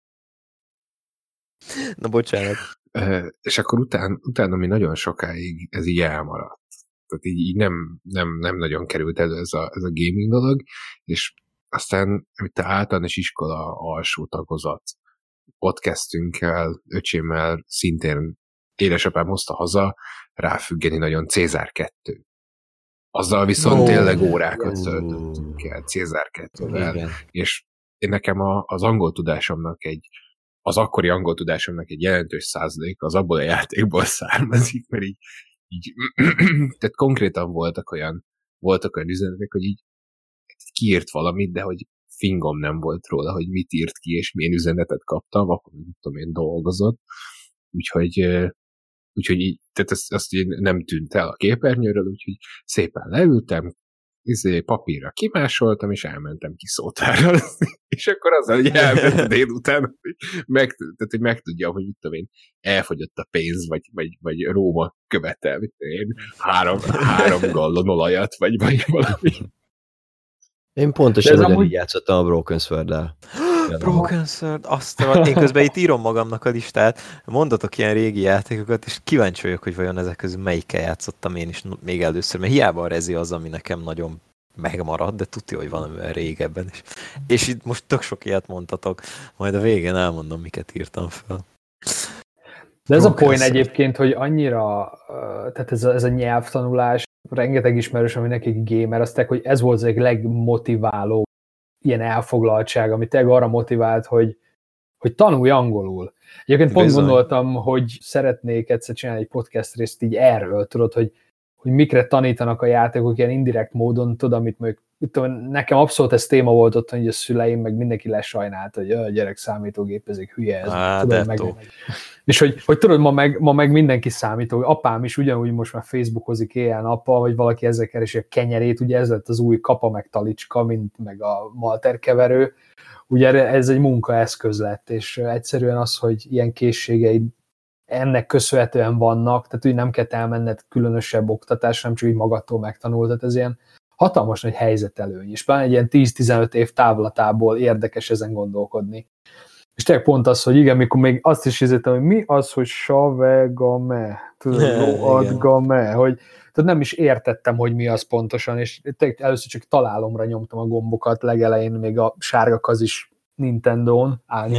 Na bocsánat. És akkor utána mi nagyon sokáig ez így elmaradt. Tehát így nem nagyon került elő ez a gaming dolog, és aztán, amit a általános iskola alsó tagozat, ott kezdtünk el, öcsémmel szintén édesapám hozta haza, ráfüggeni nagyon Cézár 2. Azzal viszont tényleg órákat töltöttünk el Cézár 2-vel, és én nekem az angol tudásomnak az akkori angol tudásomnak egy jelentős százalék az abból a játékból származik, mert így tehát konkrétan voltak olyan üzenetek, hogy így kiírt valamit, de hogy fingom nem volt róla, hogy mit írt ki, és milyen üzenetet kaptam, akkor nem tudom én dolgozott. Úgyhogy így, tehát azt nem tűnt el a képernyőről, úgyhogy szépen leültem, papírra kimásoltam, és elmentem Kiszótárral. És akkor azzal, hogy elment a délután, hogy megtudjam, hogy mit tudom én, elfogyott a pénz, vagy Róma követel, mit tudom én, 3 gallon olajat, vagy valami. Én pontosan ugyanígy játszottam a Broken Sword-del. Broken Sword, én közben itt írom magamnak a listát, mondatok ilyen régi játékokat, és kíváncsi vagyok, hogy vajon ezek közül melyikkel játszottam én is még először, mert hiába a Rezi az, ami nekem nagyon megmaradt, de tudja, hogy valamivel régebben is. És itt most tök sok ilyet mondtatok, majd a végén elmondom, miket írtam fel. De ez a point egyébként, hogy annyira, tehát ez a nyelvtanulás, rengeteg ismerős, ami nekik gamereztek, hogy ez volt az egyik legmotiválóbb ilyen elfoglaltság, ami tényleg arra motivált, hogy tanulj angolul. Egyébként pont gondoltam, hogy szeretnék egyszer csinálni egy podcast részt így erről, tudod, hogy mikre tanítanak a játékok ilyen indirekt módon, tudod, amit mondjuk, nekem abszolút ez téma volt ott, hogy a szüleim, meg mindenki lesajnált, hogy a gyerek számítógépezik, hülye ez. Tudod, és hogy tudod, ma meg mindenki számító, apám is ugyanúgy most már Facebookozik éjjel-nappal, vagy valaki ezzel keresi a kenyerét, ugye ez lett az új kapa meg talicska, mint meg a malterkeverő, ugye ez egy munkaeszköz lett, és egyszerűen az, hogy ilyen készségeid ennek köszönhetően vannak, tehát úgy nem kell elmenned különösebb oktatásra, nem csak így magadtól megtanult, tehát ez ilyen hatalmas nagy helyzetelőny, és pláne egy ilyen 10-15 év távlatából érdekes ezen gondolkodni. És tényleg pont az, hogy igen, mikor még azt is hiszem, hogy mi az, hogy savegame, adgame, hogy tehát nem is értettem, hogy mi az pontosan, és tényleg először csak találomra nyomtam a gombokat, legelején még a sárga kaz is Nintendón,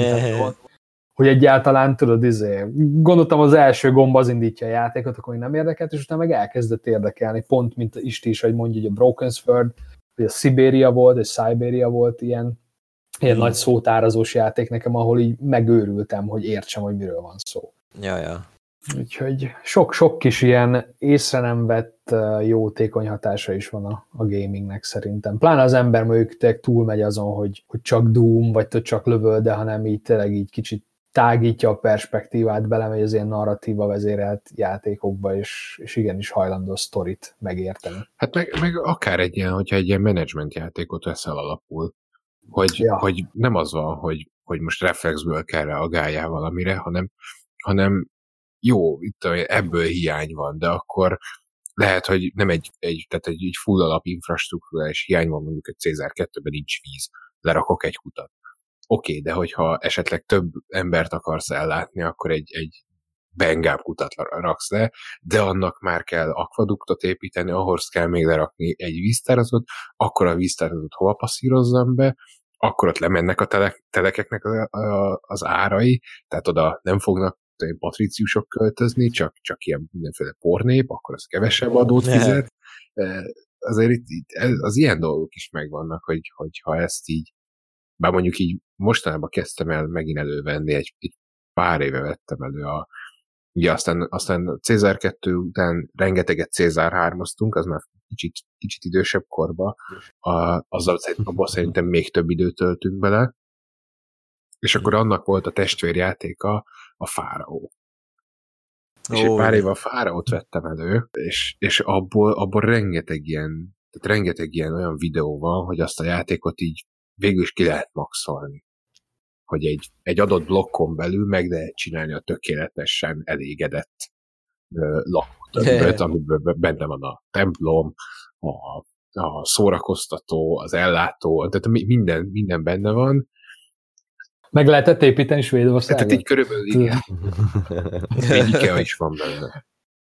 hogy egyáltalán tudod, gondoltam az első gomb az indítja a játékot, akkor még nem érdekelt, és utána meg elkezdett érdekelni, pont mint Isti is, hogy mondja, hogy a Broken Sword, vagy a Siberia volt, és Siberia volt ilyen nagy szótárazós játék nekem, ahol így megőrültem, hogy értsem, hogy miről van szó. Ja. Úgyhogy sok kis ilyen észre nem vett jótékony hatása is van a gamingnek szerintem. Pláne az ember mondjuk túlmegy azon, hogy csak Doom, vagy csak lövöl, de hanem így tényleg így kicsit tágítja a perspektívát, belemegy az ilyen narratíva vezérelt játékokba, és igenis hajlandó a sztorit megérteni. Hát meg akár hogyha egy ilyen menedzsment játékot veszel alapul, hogy nem az van, hogy most reflexből kell reagáljál valamire, hanem jó, itt ebből hiány van, de akkor lehet, hogy nem tehát egy full alap infrastruktúrális hiány van, mondjuk egy Cézár 2-ben nincs víz, lerakok egy kutat. Oké, de hogyha esetleg több embert akarsz ellátni, akkor egy bengább kutat raksz le, de annak már kell akvaduktot építeni, ahhoz kell még lerakni egy víztározót, akkor a víztározót hova passzírozzam be, akkor ott lemennek a telekeknek az árai, tehát oda nem fognak patriciusok költözni, csak ilyen mindenféle pornép, akkor az kevesebb adót fizet. Azért itt az ilyen dolgok is megvannak, hogy ha ezt így, bár mondjuk így mostanában kezdtem el megint elővenni, egy pár éve vettem elő ugye aztán Cézár 2 után rengeteget Cézár 3-oztunk, az már kicsit idősebb korba, abban szerintem még több időt töltünk bele, és akkor annak volt a testvérjátéka a Fáraó. És egy pár éve a Fáraót vettem elő, és abból rengeteg ilyen olyan videó van, hogy azt a játékot így végül is ki lehet maxolni. Hogy egy adott blokkon belül meg lehet csinálni a tökéletesen elégedett lakótömböt, amiben benne van a templom, a szórakoztató, az ellátó, tehát minden benne van. Meg lehetett építeni Svédországot? Tehát így körülbelül igen. Egy IKEA is van benne.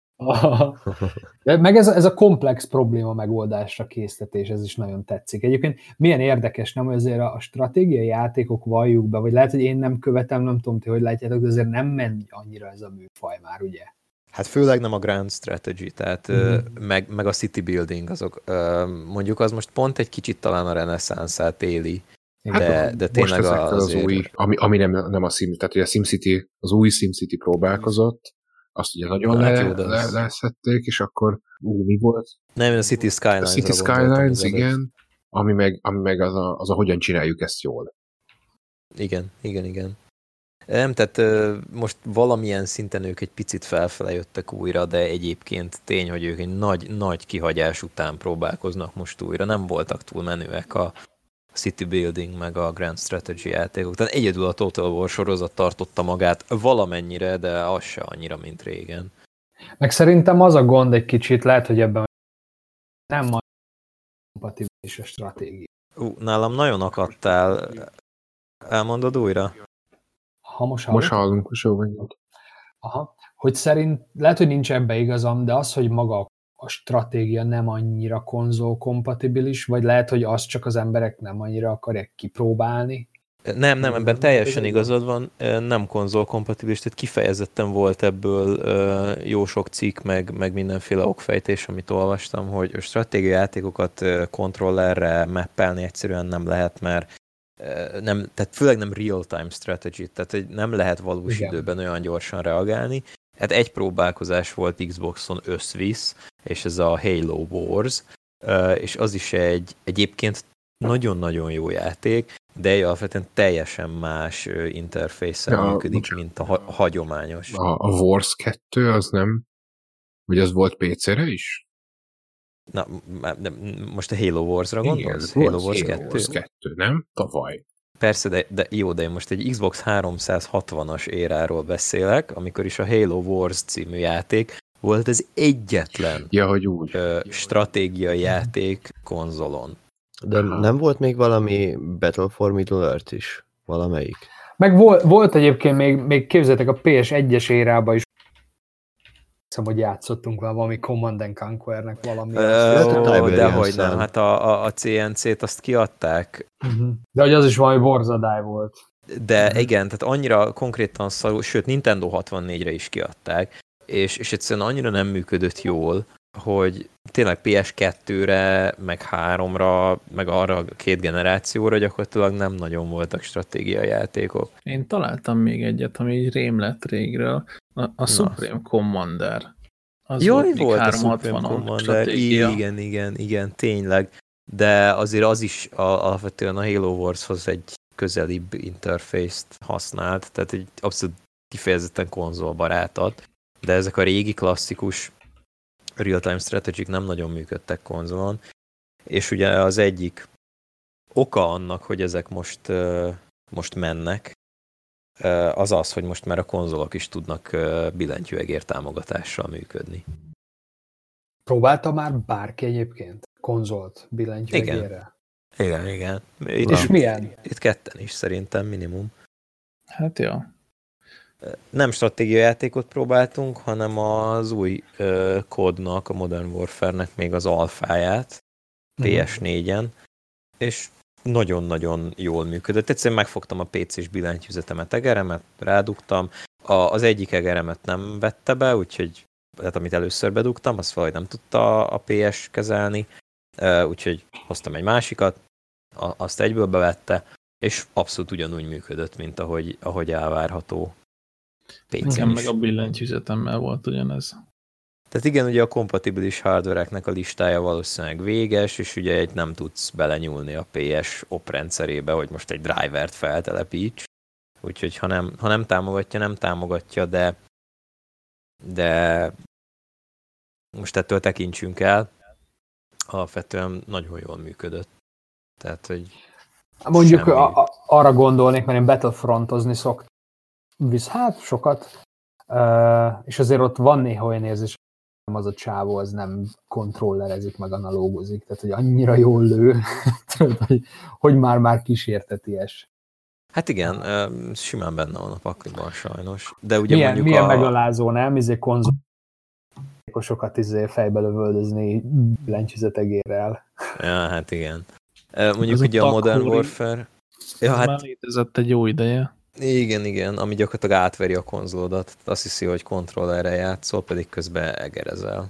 De meg ez a komplex probléma megoldásra késztetés, ez is nagyon tetszik. Egyébként milyen érdekes, nem, hogy azért a stratégiai játékok valljuk be, vagy lehet, hogy én nem követem, nem tudom ti, hogy látjátok, de azért nem menj annyira ez a műfaj már, ugye? Hát főleg nem a Grand Strategy, tehát meg a City Building, azok mondjuk az most pont egy kicsit talán a reneszánszát éli. De tényleg az új, ami nem a Sim, tehát a SimCity, az új SimCity próbálkozott, azt ugye nagyon leszették, és akkor mi volt? Nem, a City Skylines. A City Skylines, igen. ami meg az a hogyan csináljuk ezt jól. Igen. Nem, tehát most valamilyen szinten ők egy picit felfele jöttek újra, de egyébként tény, hogy ők egy nagy kihagyás után próbálkoznak most újra. Nem voltak túl menőek a City Building meg a Grand Strategy játékok. Tehát egyedül a Total War sorozat tartotta magát valamennyire, de az se annyira, mint régen. Meg szerintem az a gond egy kicsit, lehet, hogy ebben nem majd kompatibilis a stratégia. Nálam nagyon akadtál. Elmondod újra? Most hallunk, Aha. Hogy lehet, hogy nincs ebbe igazam, de az, hogy maga a stratégia nem annyira konzolkompatibilis, vagy lehet, hogy azt csak az emberek nem annyira akarják kipróbálni? Nem, ebben teljesen igazad van, nem konzolkompatibilis, tehát kifejezetten volt ebből jó sok cikk, meg mindenféle okfejtés, amit olvastam, hogy a stratégiai játékokat kontrollerre mappelni egyszerűen nem lehet, mert nem, tehát főleg nem real-time strategy, tehát nem lehet valós időben olyan gyorsan reagálni. Hát egy próbálkozás volt Xboxon összvisz, és ez a Halo Wars, és az is egyébként nagyon-nagyon jó játék, de alapvetően teljesen más interfésszel működik, mint a hagyományos. A Wars 2 az nem? Vagy az volt PC-re is? Na, most a Halo Wars-ra gondolsz? Halo Wars 2, nem? Tavaly. Persze, de én most egy Xbox 360-as éráról beszélek, amikor is a Halo Wars című játék volt az egyetlen stratégiai játék konzolon. De nem volt még valami Battle for Middle-earth is? Valamelyik? Meg volt egyébként még képzeljétek a PS1-es érában is. Hiszem, hogy játszottunk valami Command & Conquernek valami. Dehogy nem, hát a CNC-t azt kiadták. De hogy az is valami borzadály volt. De igen, tehát annyira konkrétan szarul, sőt Nintendo 64-re is kiadták, és egyszerűen annyira nem működött jól, hogy tényleg PS2-re, meg 3-ra, meg arra a 2 generációra gyakorlatilag nem nagyon voltak stratégiai játékok. Én találtam még egyet, ami így rém lett régről, a Supreme Commander. Az volt a Supreme Commander, igen, tényleg, de azért az is alapvetően a Halo Wars-hoz egy közelibb interfészt használt, tehát egy abszolút kifejezetten konzolbarátat, de ezek a régi klasszikus real-time strategic nem nagyon működtek konzolon, és ugye az egyik oka annak, hogy ezek most mennek, az, hogy most már a konzolok is tudnak billentyűegér támogatással működni. Próbálta már bárki egyébként konzolt billentyűegérrel? Igen. És milyen? Itt ketten is szerintem minimum. Hát jó. Nem stratégiai játékot próbáltunk, hanem az új COD-nak, a Modern Warfare-nek még az alfáját, PS4-en, és nagyon-nagyon jól működött. Egyszerűen megfogtam a PC-s billentyűzetemet, egeremet, rádugtam, az egyik egeremet nem vette be, úgyhogy tehát amit először bedugtam, azt valahogy nem tudta a PS kezelni, úgyhogy hoztam egy másikat, azt egyből bevette, és abszolút ugyanúgy működött, mint ahogy elvárható PC-n meg a billentyűzetemmel volt ugyanez. Tehát igen, ugye a kompatibilis hardware-eknek a listája valószínűleg véges, és ugye egy nem tudsz belenyúlni a PS oprendszerébe, hogy most egy drivert feltelepíts. Úgyhogy ha nem támogatja, de most ettől tekintsünk el, alapvetően nagyon jól működött. Tehát, hogy mondjuk arra gondolnék, mert én Battlefrontozni szoktam, hát sokat, és azért ott van néha olyan érzés, hogy az a csávó az nem kontrollerezik, meg analógozik, tehát hogy annyira jól lő, hogy már kísérteties. Hát igen, simán benne van a pakliban sajnos. De ugye milyen megalázó, nem? Konzoljátékosokat fejbe lövöldözni billentyűzetegérrel. Ja, hát igen. Mondjuk ugye a Modern Warfare... Ja, hát... Már létezett egy jó ideje. Igen, ami gyakorlatilag átveri a konzolodat. Azt hiszi, hogy kontrollerre játszol, pedig közben egerezel.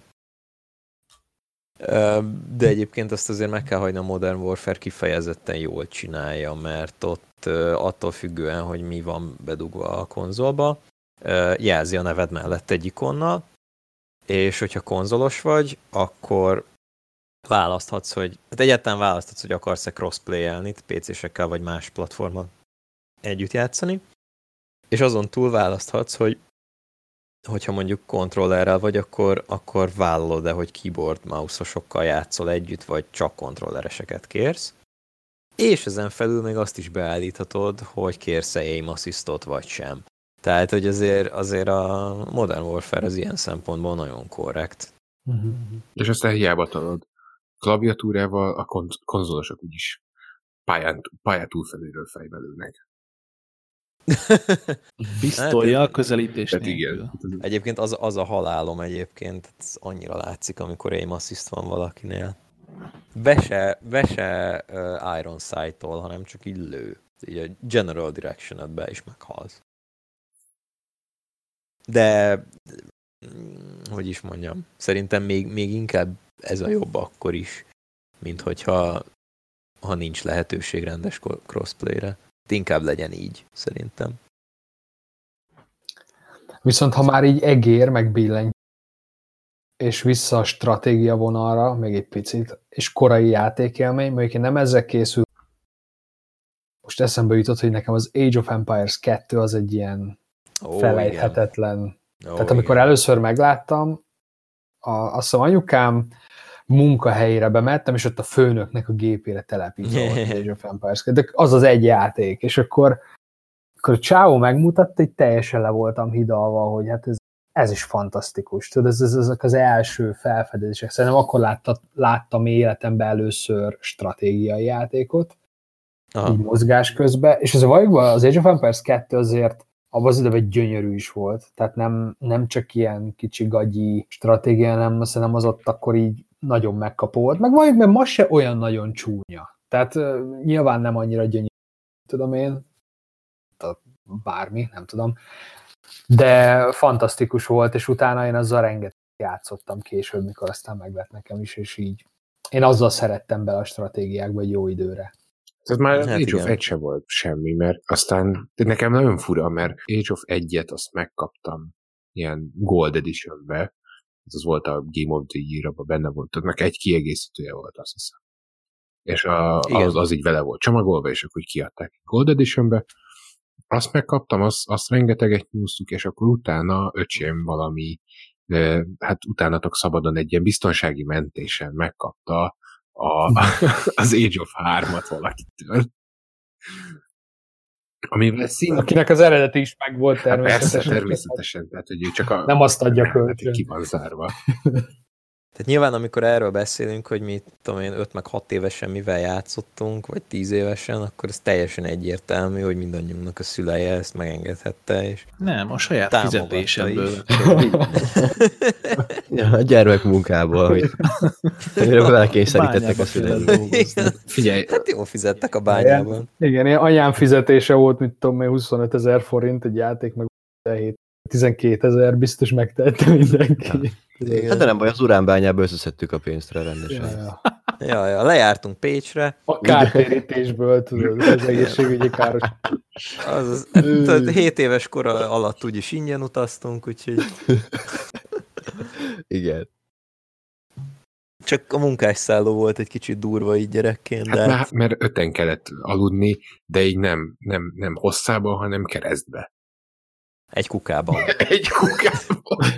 De egyébként azt azért meg kell hagyni, a Modern Warfare kifejezetten jól csinálja, mert ott attól függően, hogy mi van bedugva a konzolba, jelzi a neved mellett egy ikonnal, és hogyha konzolos vagy, akkor választhatsz, hogy egyáltalán választhatsz, hogy akarsz-e crossplay-elni, PC-sekkel vagy más platformon együtt játszani, és azon túl választhatsz, hogyha mondjuk kontrollerrel vagy, akkor vállalod-e, hogy keyboard mouse-osokkal játszol együtt, vagy csak kontrollereseket kérsz. És ezen felül még azt is beállíthatod, hogy kérsz-e aim assistot, vagy sem. Tehát, hogy azért a Modern Warfare az ilyen szempontból nagyon korrekt. És aztán hiába tudod. Klaviatúrával a konzolosok úgyis pályát túlfelülről fejbe lőnek. Pisztollyal közelítés nélkül. Igen. Egyébként az a halálom egyébként, ez annyira látszik, amikor aim assist van valakinél. Be se Iron Sight-tól, hanem csak így lő. Így a general direction-edbe is meghalsz. De, hogy is mondjam, szerintem még inkább ez a jobb akkor is, mint hogyha nincs lehetőség rendes crossplayre. Inkább legyen így, szerintem. Viszont ha már így egér, meg billenty, és vissza a stratégia vonalra, még egy picit, és korai játékélmény, mert én nem ezzel készül. Most eszembe jutott, hogy nekem az Age of Empires 2 az egy ilyen felejthetetlen. Tehát amikor először megláttam, azt hiszem anyukám munkahelyére bementem, és ott a főnöknek a gépére telepítve volt az Age of Empires 2. De az az egy játék, és akkor a csávó megmutatta, hogy teljesen le voltam hidalva, hogy hát ez is fantasztikus. Tudod, ezek az első felfedezések. Szerintem akkor láttam életemben először stratégiai játékot, így mozgás közben, és ez a valójában az Age of Empires 2 azért abban az időben gyönyörű is volt. Tehát nem csak ilyen kicsi gagyi stratégia, hanem szerintem az ott akkor így nagyon megkapó volt. Meg valójában ma se olyan nagyon csúnya. Tehát nyilván nem annyira gyönyörű, tudom én, bármi, nem tudom. De fantasztikus volt, és utána én azzal rengeteg játszottam később, mikor aztán meglett nekem is, és így én azzal szerettem bele a stratégiákba egy jó időre. Tehát már Age of 1 se volt semmi, mert aztán nekem nagyon fura, mert Age of 1-et azt megkaptam ilyen Gold Edition-be, az volt a Game of the Year-ban benne volt, meg egy kiegészítője volt, azt hiszem. És az így vele volt csomagolva, és akkor kiadták Gold Edition-be. Azt megkaptam, azt rengeteget nyúztuk, és akkor utána öcsém valami, hát utánatok szabadon egy ilyen biztonsági mentésen megkapta az Age of 3-at valakitől. Amivel akinek az eredeti is meg volt természetesen. Persze, természetesen. Tehát, hogy csak nem azt adja kölcsön. Ki van zárva. Tehát nyilván, amikor erről beszélünk, hogy mi, tudom én, 5 meg 6 évesen mivel játszottunk, vagy 10 évesen, akkor ez teljesen egyértelmű, hogy mindannyiunknak a szüleje ezt megengedhette, és nem, a saját fizetésemből. Ja, a gyermekmunkából, hogy belekényszerítettek a szüleim. Figyelj! Hát jól fizettek a bányában. Igen, anyám fizetése volt, mit tudom én, 25 000 forint, egy játék meg 12 000, biztos megtehette mindenki. Ja. Hát de nem baj, az uránbányába összeszedtük a pénzt rá rendesen. Ja, lejártunk Pécsre. A kártérítésből, tudod, az egészségügyi káros. 7 éves kor alatt úgyis ingyen utaztunk, úgyhogy... Igen. Csak a munkásszálló volt egy kicsit durva így gyerekként. Hát mert 5-en kellett aludni, de így nem hosszában, hanem keresztbe. Egy kukában. Egy kukában.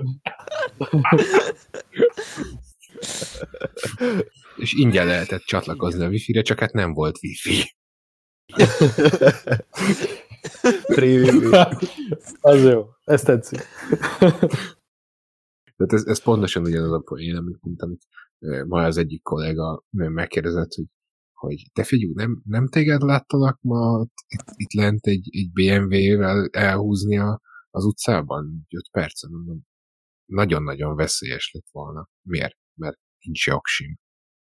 És ingyen lehetett csatlakozni a wifi-re, csak hát nem volt wifi. Az jó, ezt tetszik. Tehát ez pontosan ugyanaz a poén, amit ma az egyik kolléga megkérdezett, hogy te figyelj, nem téged láttalak ma itt lent egy BMW-vel elhúzni az utcában 5 percen? Nagyon-nagyon veszélyes lett volna. Miért? Mert nincs jogsim.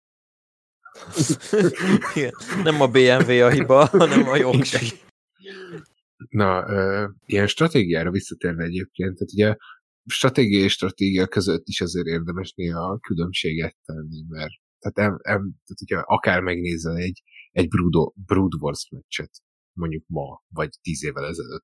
Nem a BMW a hiba, hanem a jogsim. Na, ilyen stratégiára visszatérve egyébként, tehát ugye stratégia és stratégia között is azért érdemes néha a különbséget tenni, mert tehát ugye akár megnézzel egy Brood Wars meccset, mondjuk ma, vagy 10 évvel ezelőtt.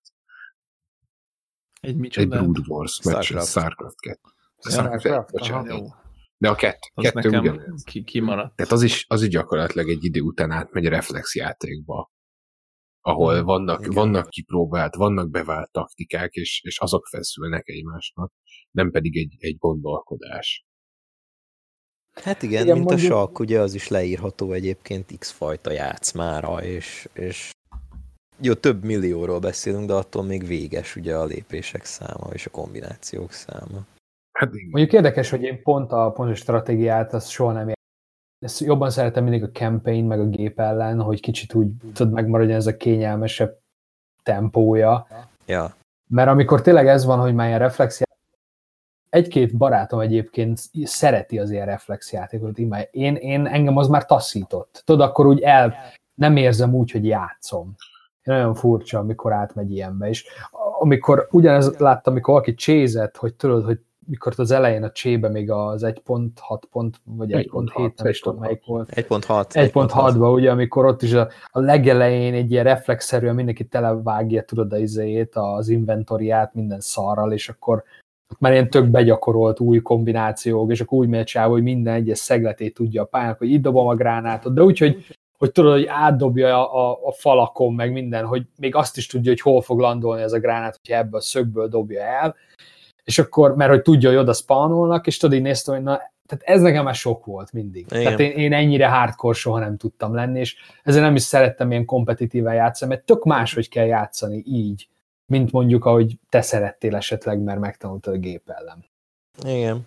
Egy Brood Wars meccset, Starcraft 2. De a kettő ugyanaz. Kimaradt. Tehát az is gyakorlatilag egy idő után átmegy a reflexjátékba, ahol vannak kipróbált, vannak bevált taktikák, és azok feszülnek egymásnak, nem pedig egy gondolkodás. Hát igen, mint mondjuk... a sakk, ugye az is leírható egyébként X fajta játszmára, és jó, több millióról beszélünk, de attól még véges ugye a lépések száma és a kombinációk száma. Hát mondjuk érdekes, hogy én pont a stratégiát azt soha nem ezt jobban szeretem mindig a campaign, meg a gép ellen, hogy kicsit úgy tudod megmaradjon ez a kényelmesebb tempója. Ja. Mert amikor tényleg ez van, hogy már ilyen reflexiát, egy-két barátom egyébként szereti az ilyen reflexjátékot, én engem az már taszított. Tudod, akkor úgy nem érzem úgy, hogy játszom. Nagyon furcsa, amikor átmegy ilyenbe. És amikor ugyanezt láttam, amikor valaki csézett, hogy tudod, hogy mikor az elején a csébe még az 1.6 pont, vagy 1.7, nem is tudom melyik volt. 1.6-ban, ugye, amikor ott is a legelején egy ilyen reflexzerűen mindenki televágja, tudod, az inventoriát minden szarral, és akkor már ilyen tök begyakorolt új kombinációk, és akkor úgy megy csinálva, hogy minden egyes szegletét tudja a pályának, hogy itt dobom a gránátot, de úgy, hogy tudod, hogy átdobja a falakon, meg minden, hogy még azt is tudja, hogy hol fog landolni ez a gránát, hogyha ebből a szögből dobja el, és akkor, mert hogy tudja, hogy oda spawnolnak, és tudod, így néztem, hogy na, tehát ez nekem már sok volt mindig. Igen. Tehát én ennyire hardcore soha nem tudtam lenni, és ezért nem is szerettem ilyen kompetitíven játszani, mert tök máshogy kell játszani így, mint mondjuk, ahogy te szerettél esetleg, mert megtanultad a gép ellen. Igen.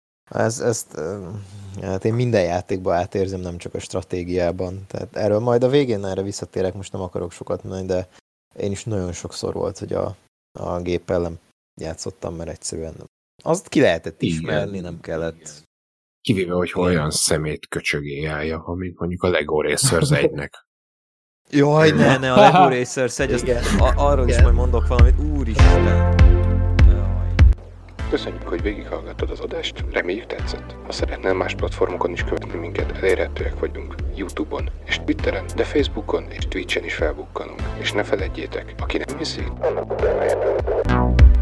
Hát én minden játékban átérzem, nem csak a stratégiában. Tehát erről majd a végén erre visszatérek, most nem akarok sokat mondani, de én is nagyon sokszor volt, hogy a gép ellen játszottam, mert egyszerűen azt ki lehetett ismerni, nem kellett. Kivéve, hogy olyan szemét köcsögéjája, amit mondjuk a Lego Racers 1-nek. Jaj, ne, a Lego Racers 1, arról is majd mondok valamit, úristen. Köszönjük, hogy végighallgattad az adást, reméljük tetszett. Ha szeretnél más platformokon is követni minket, elérhetőek vagyunk YouTube-on és Twitteren, de Facebookon és Twitchen is felbukkanunk. És ne feledjétek, aki nem hiszi, annak utána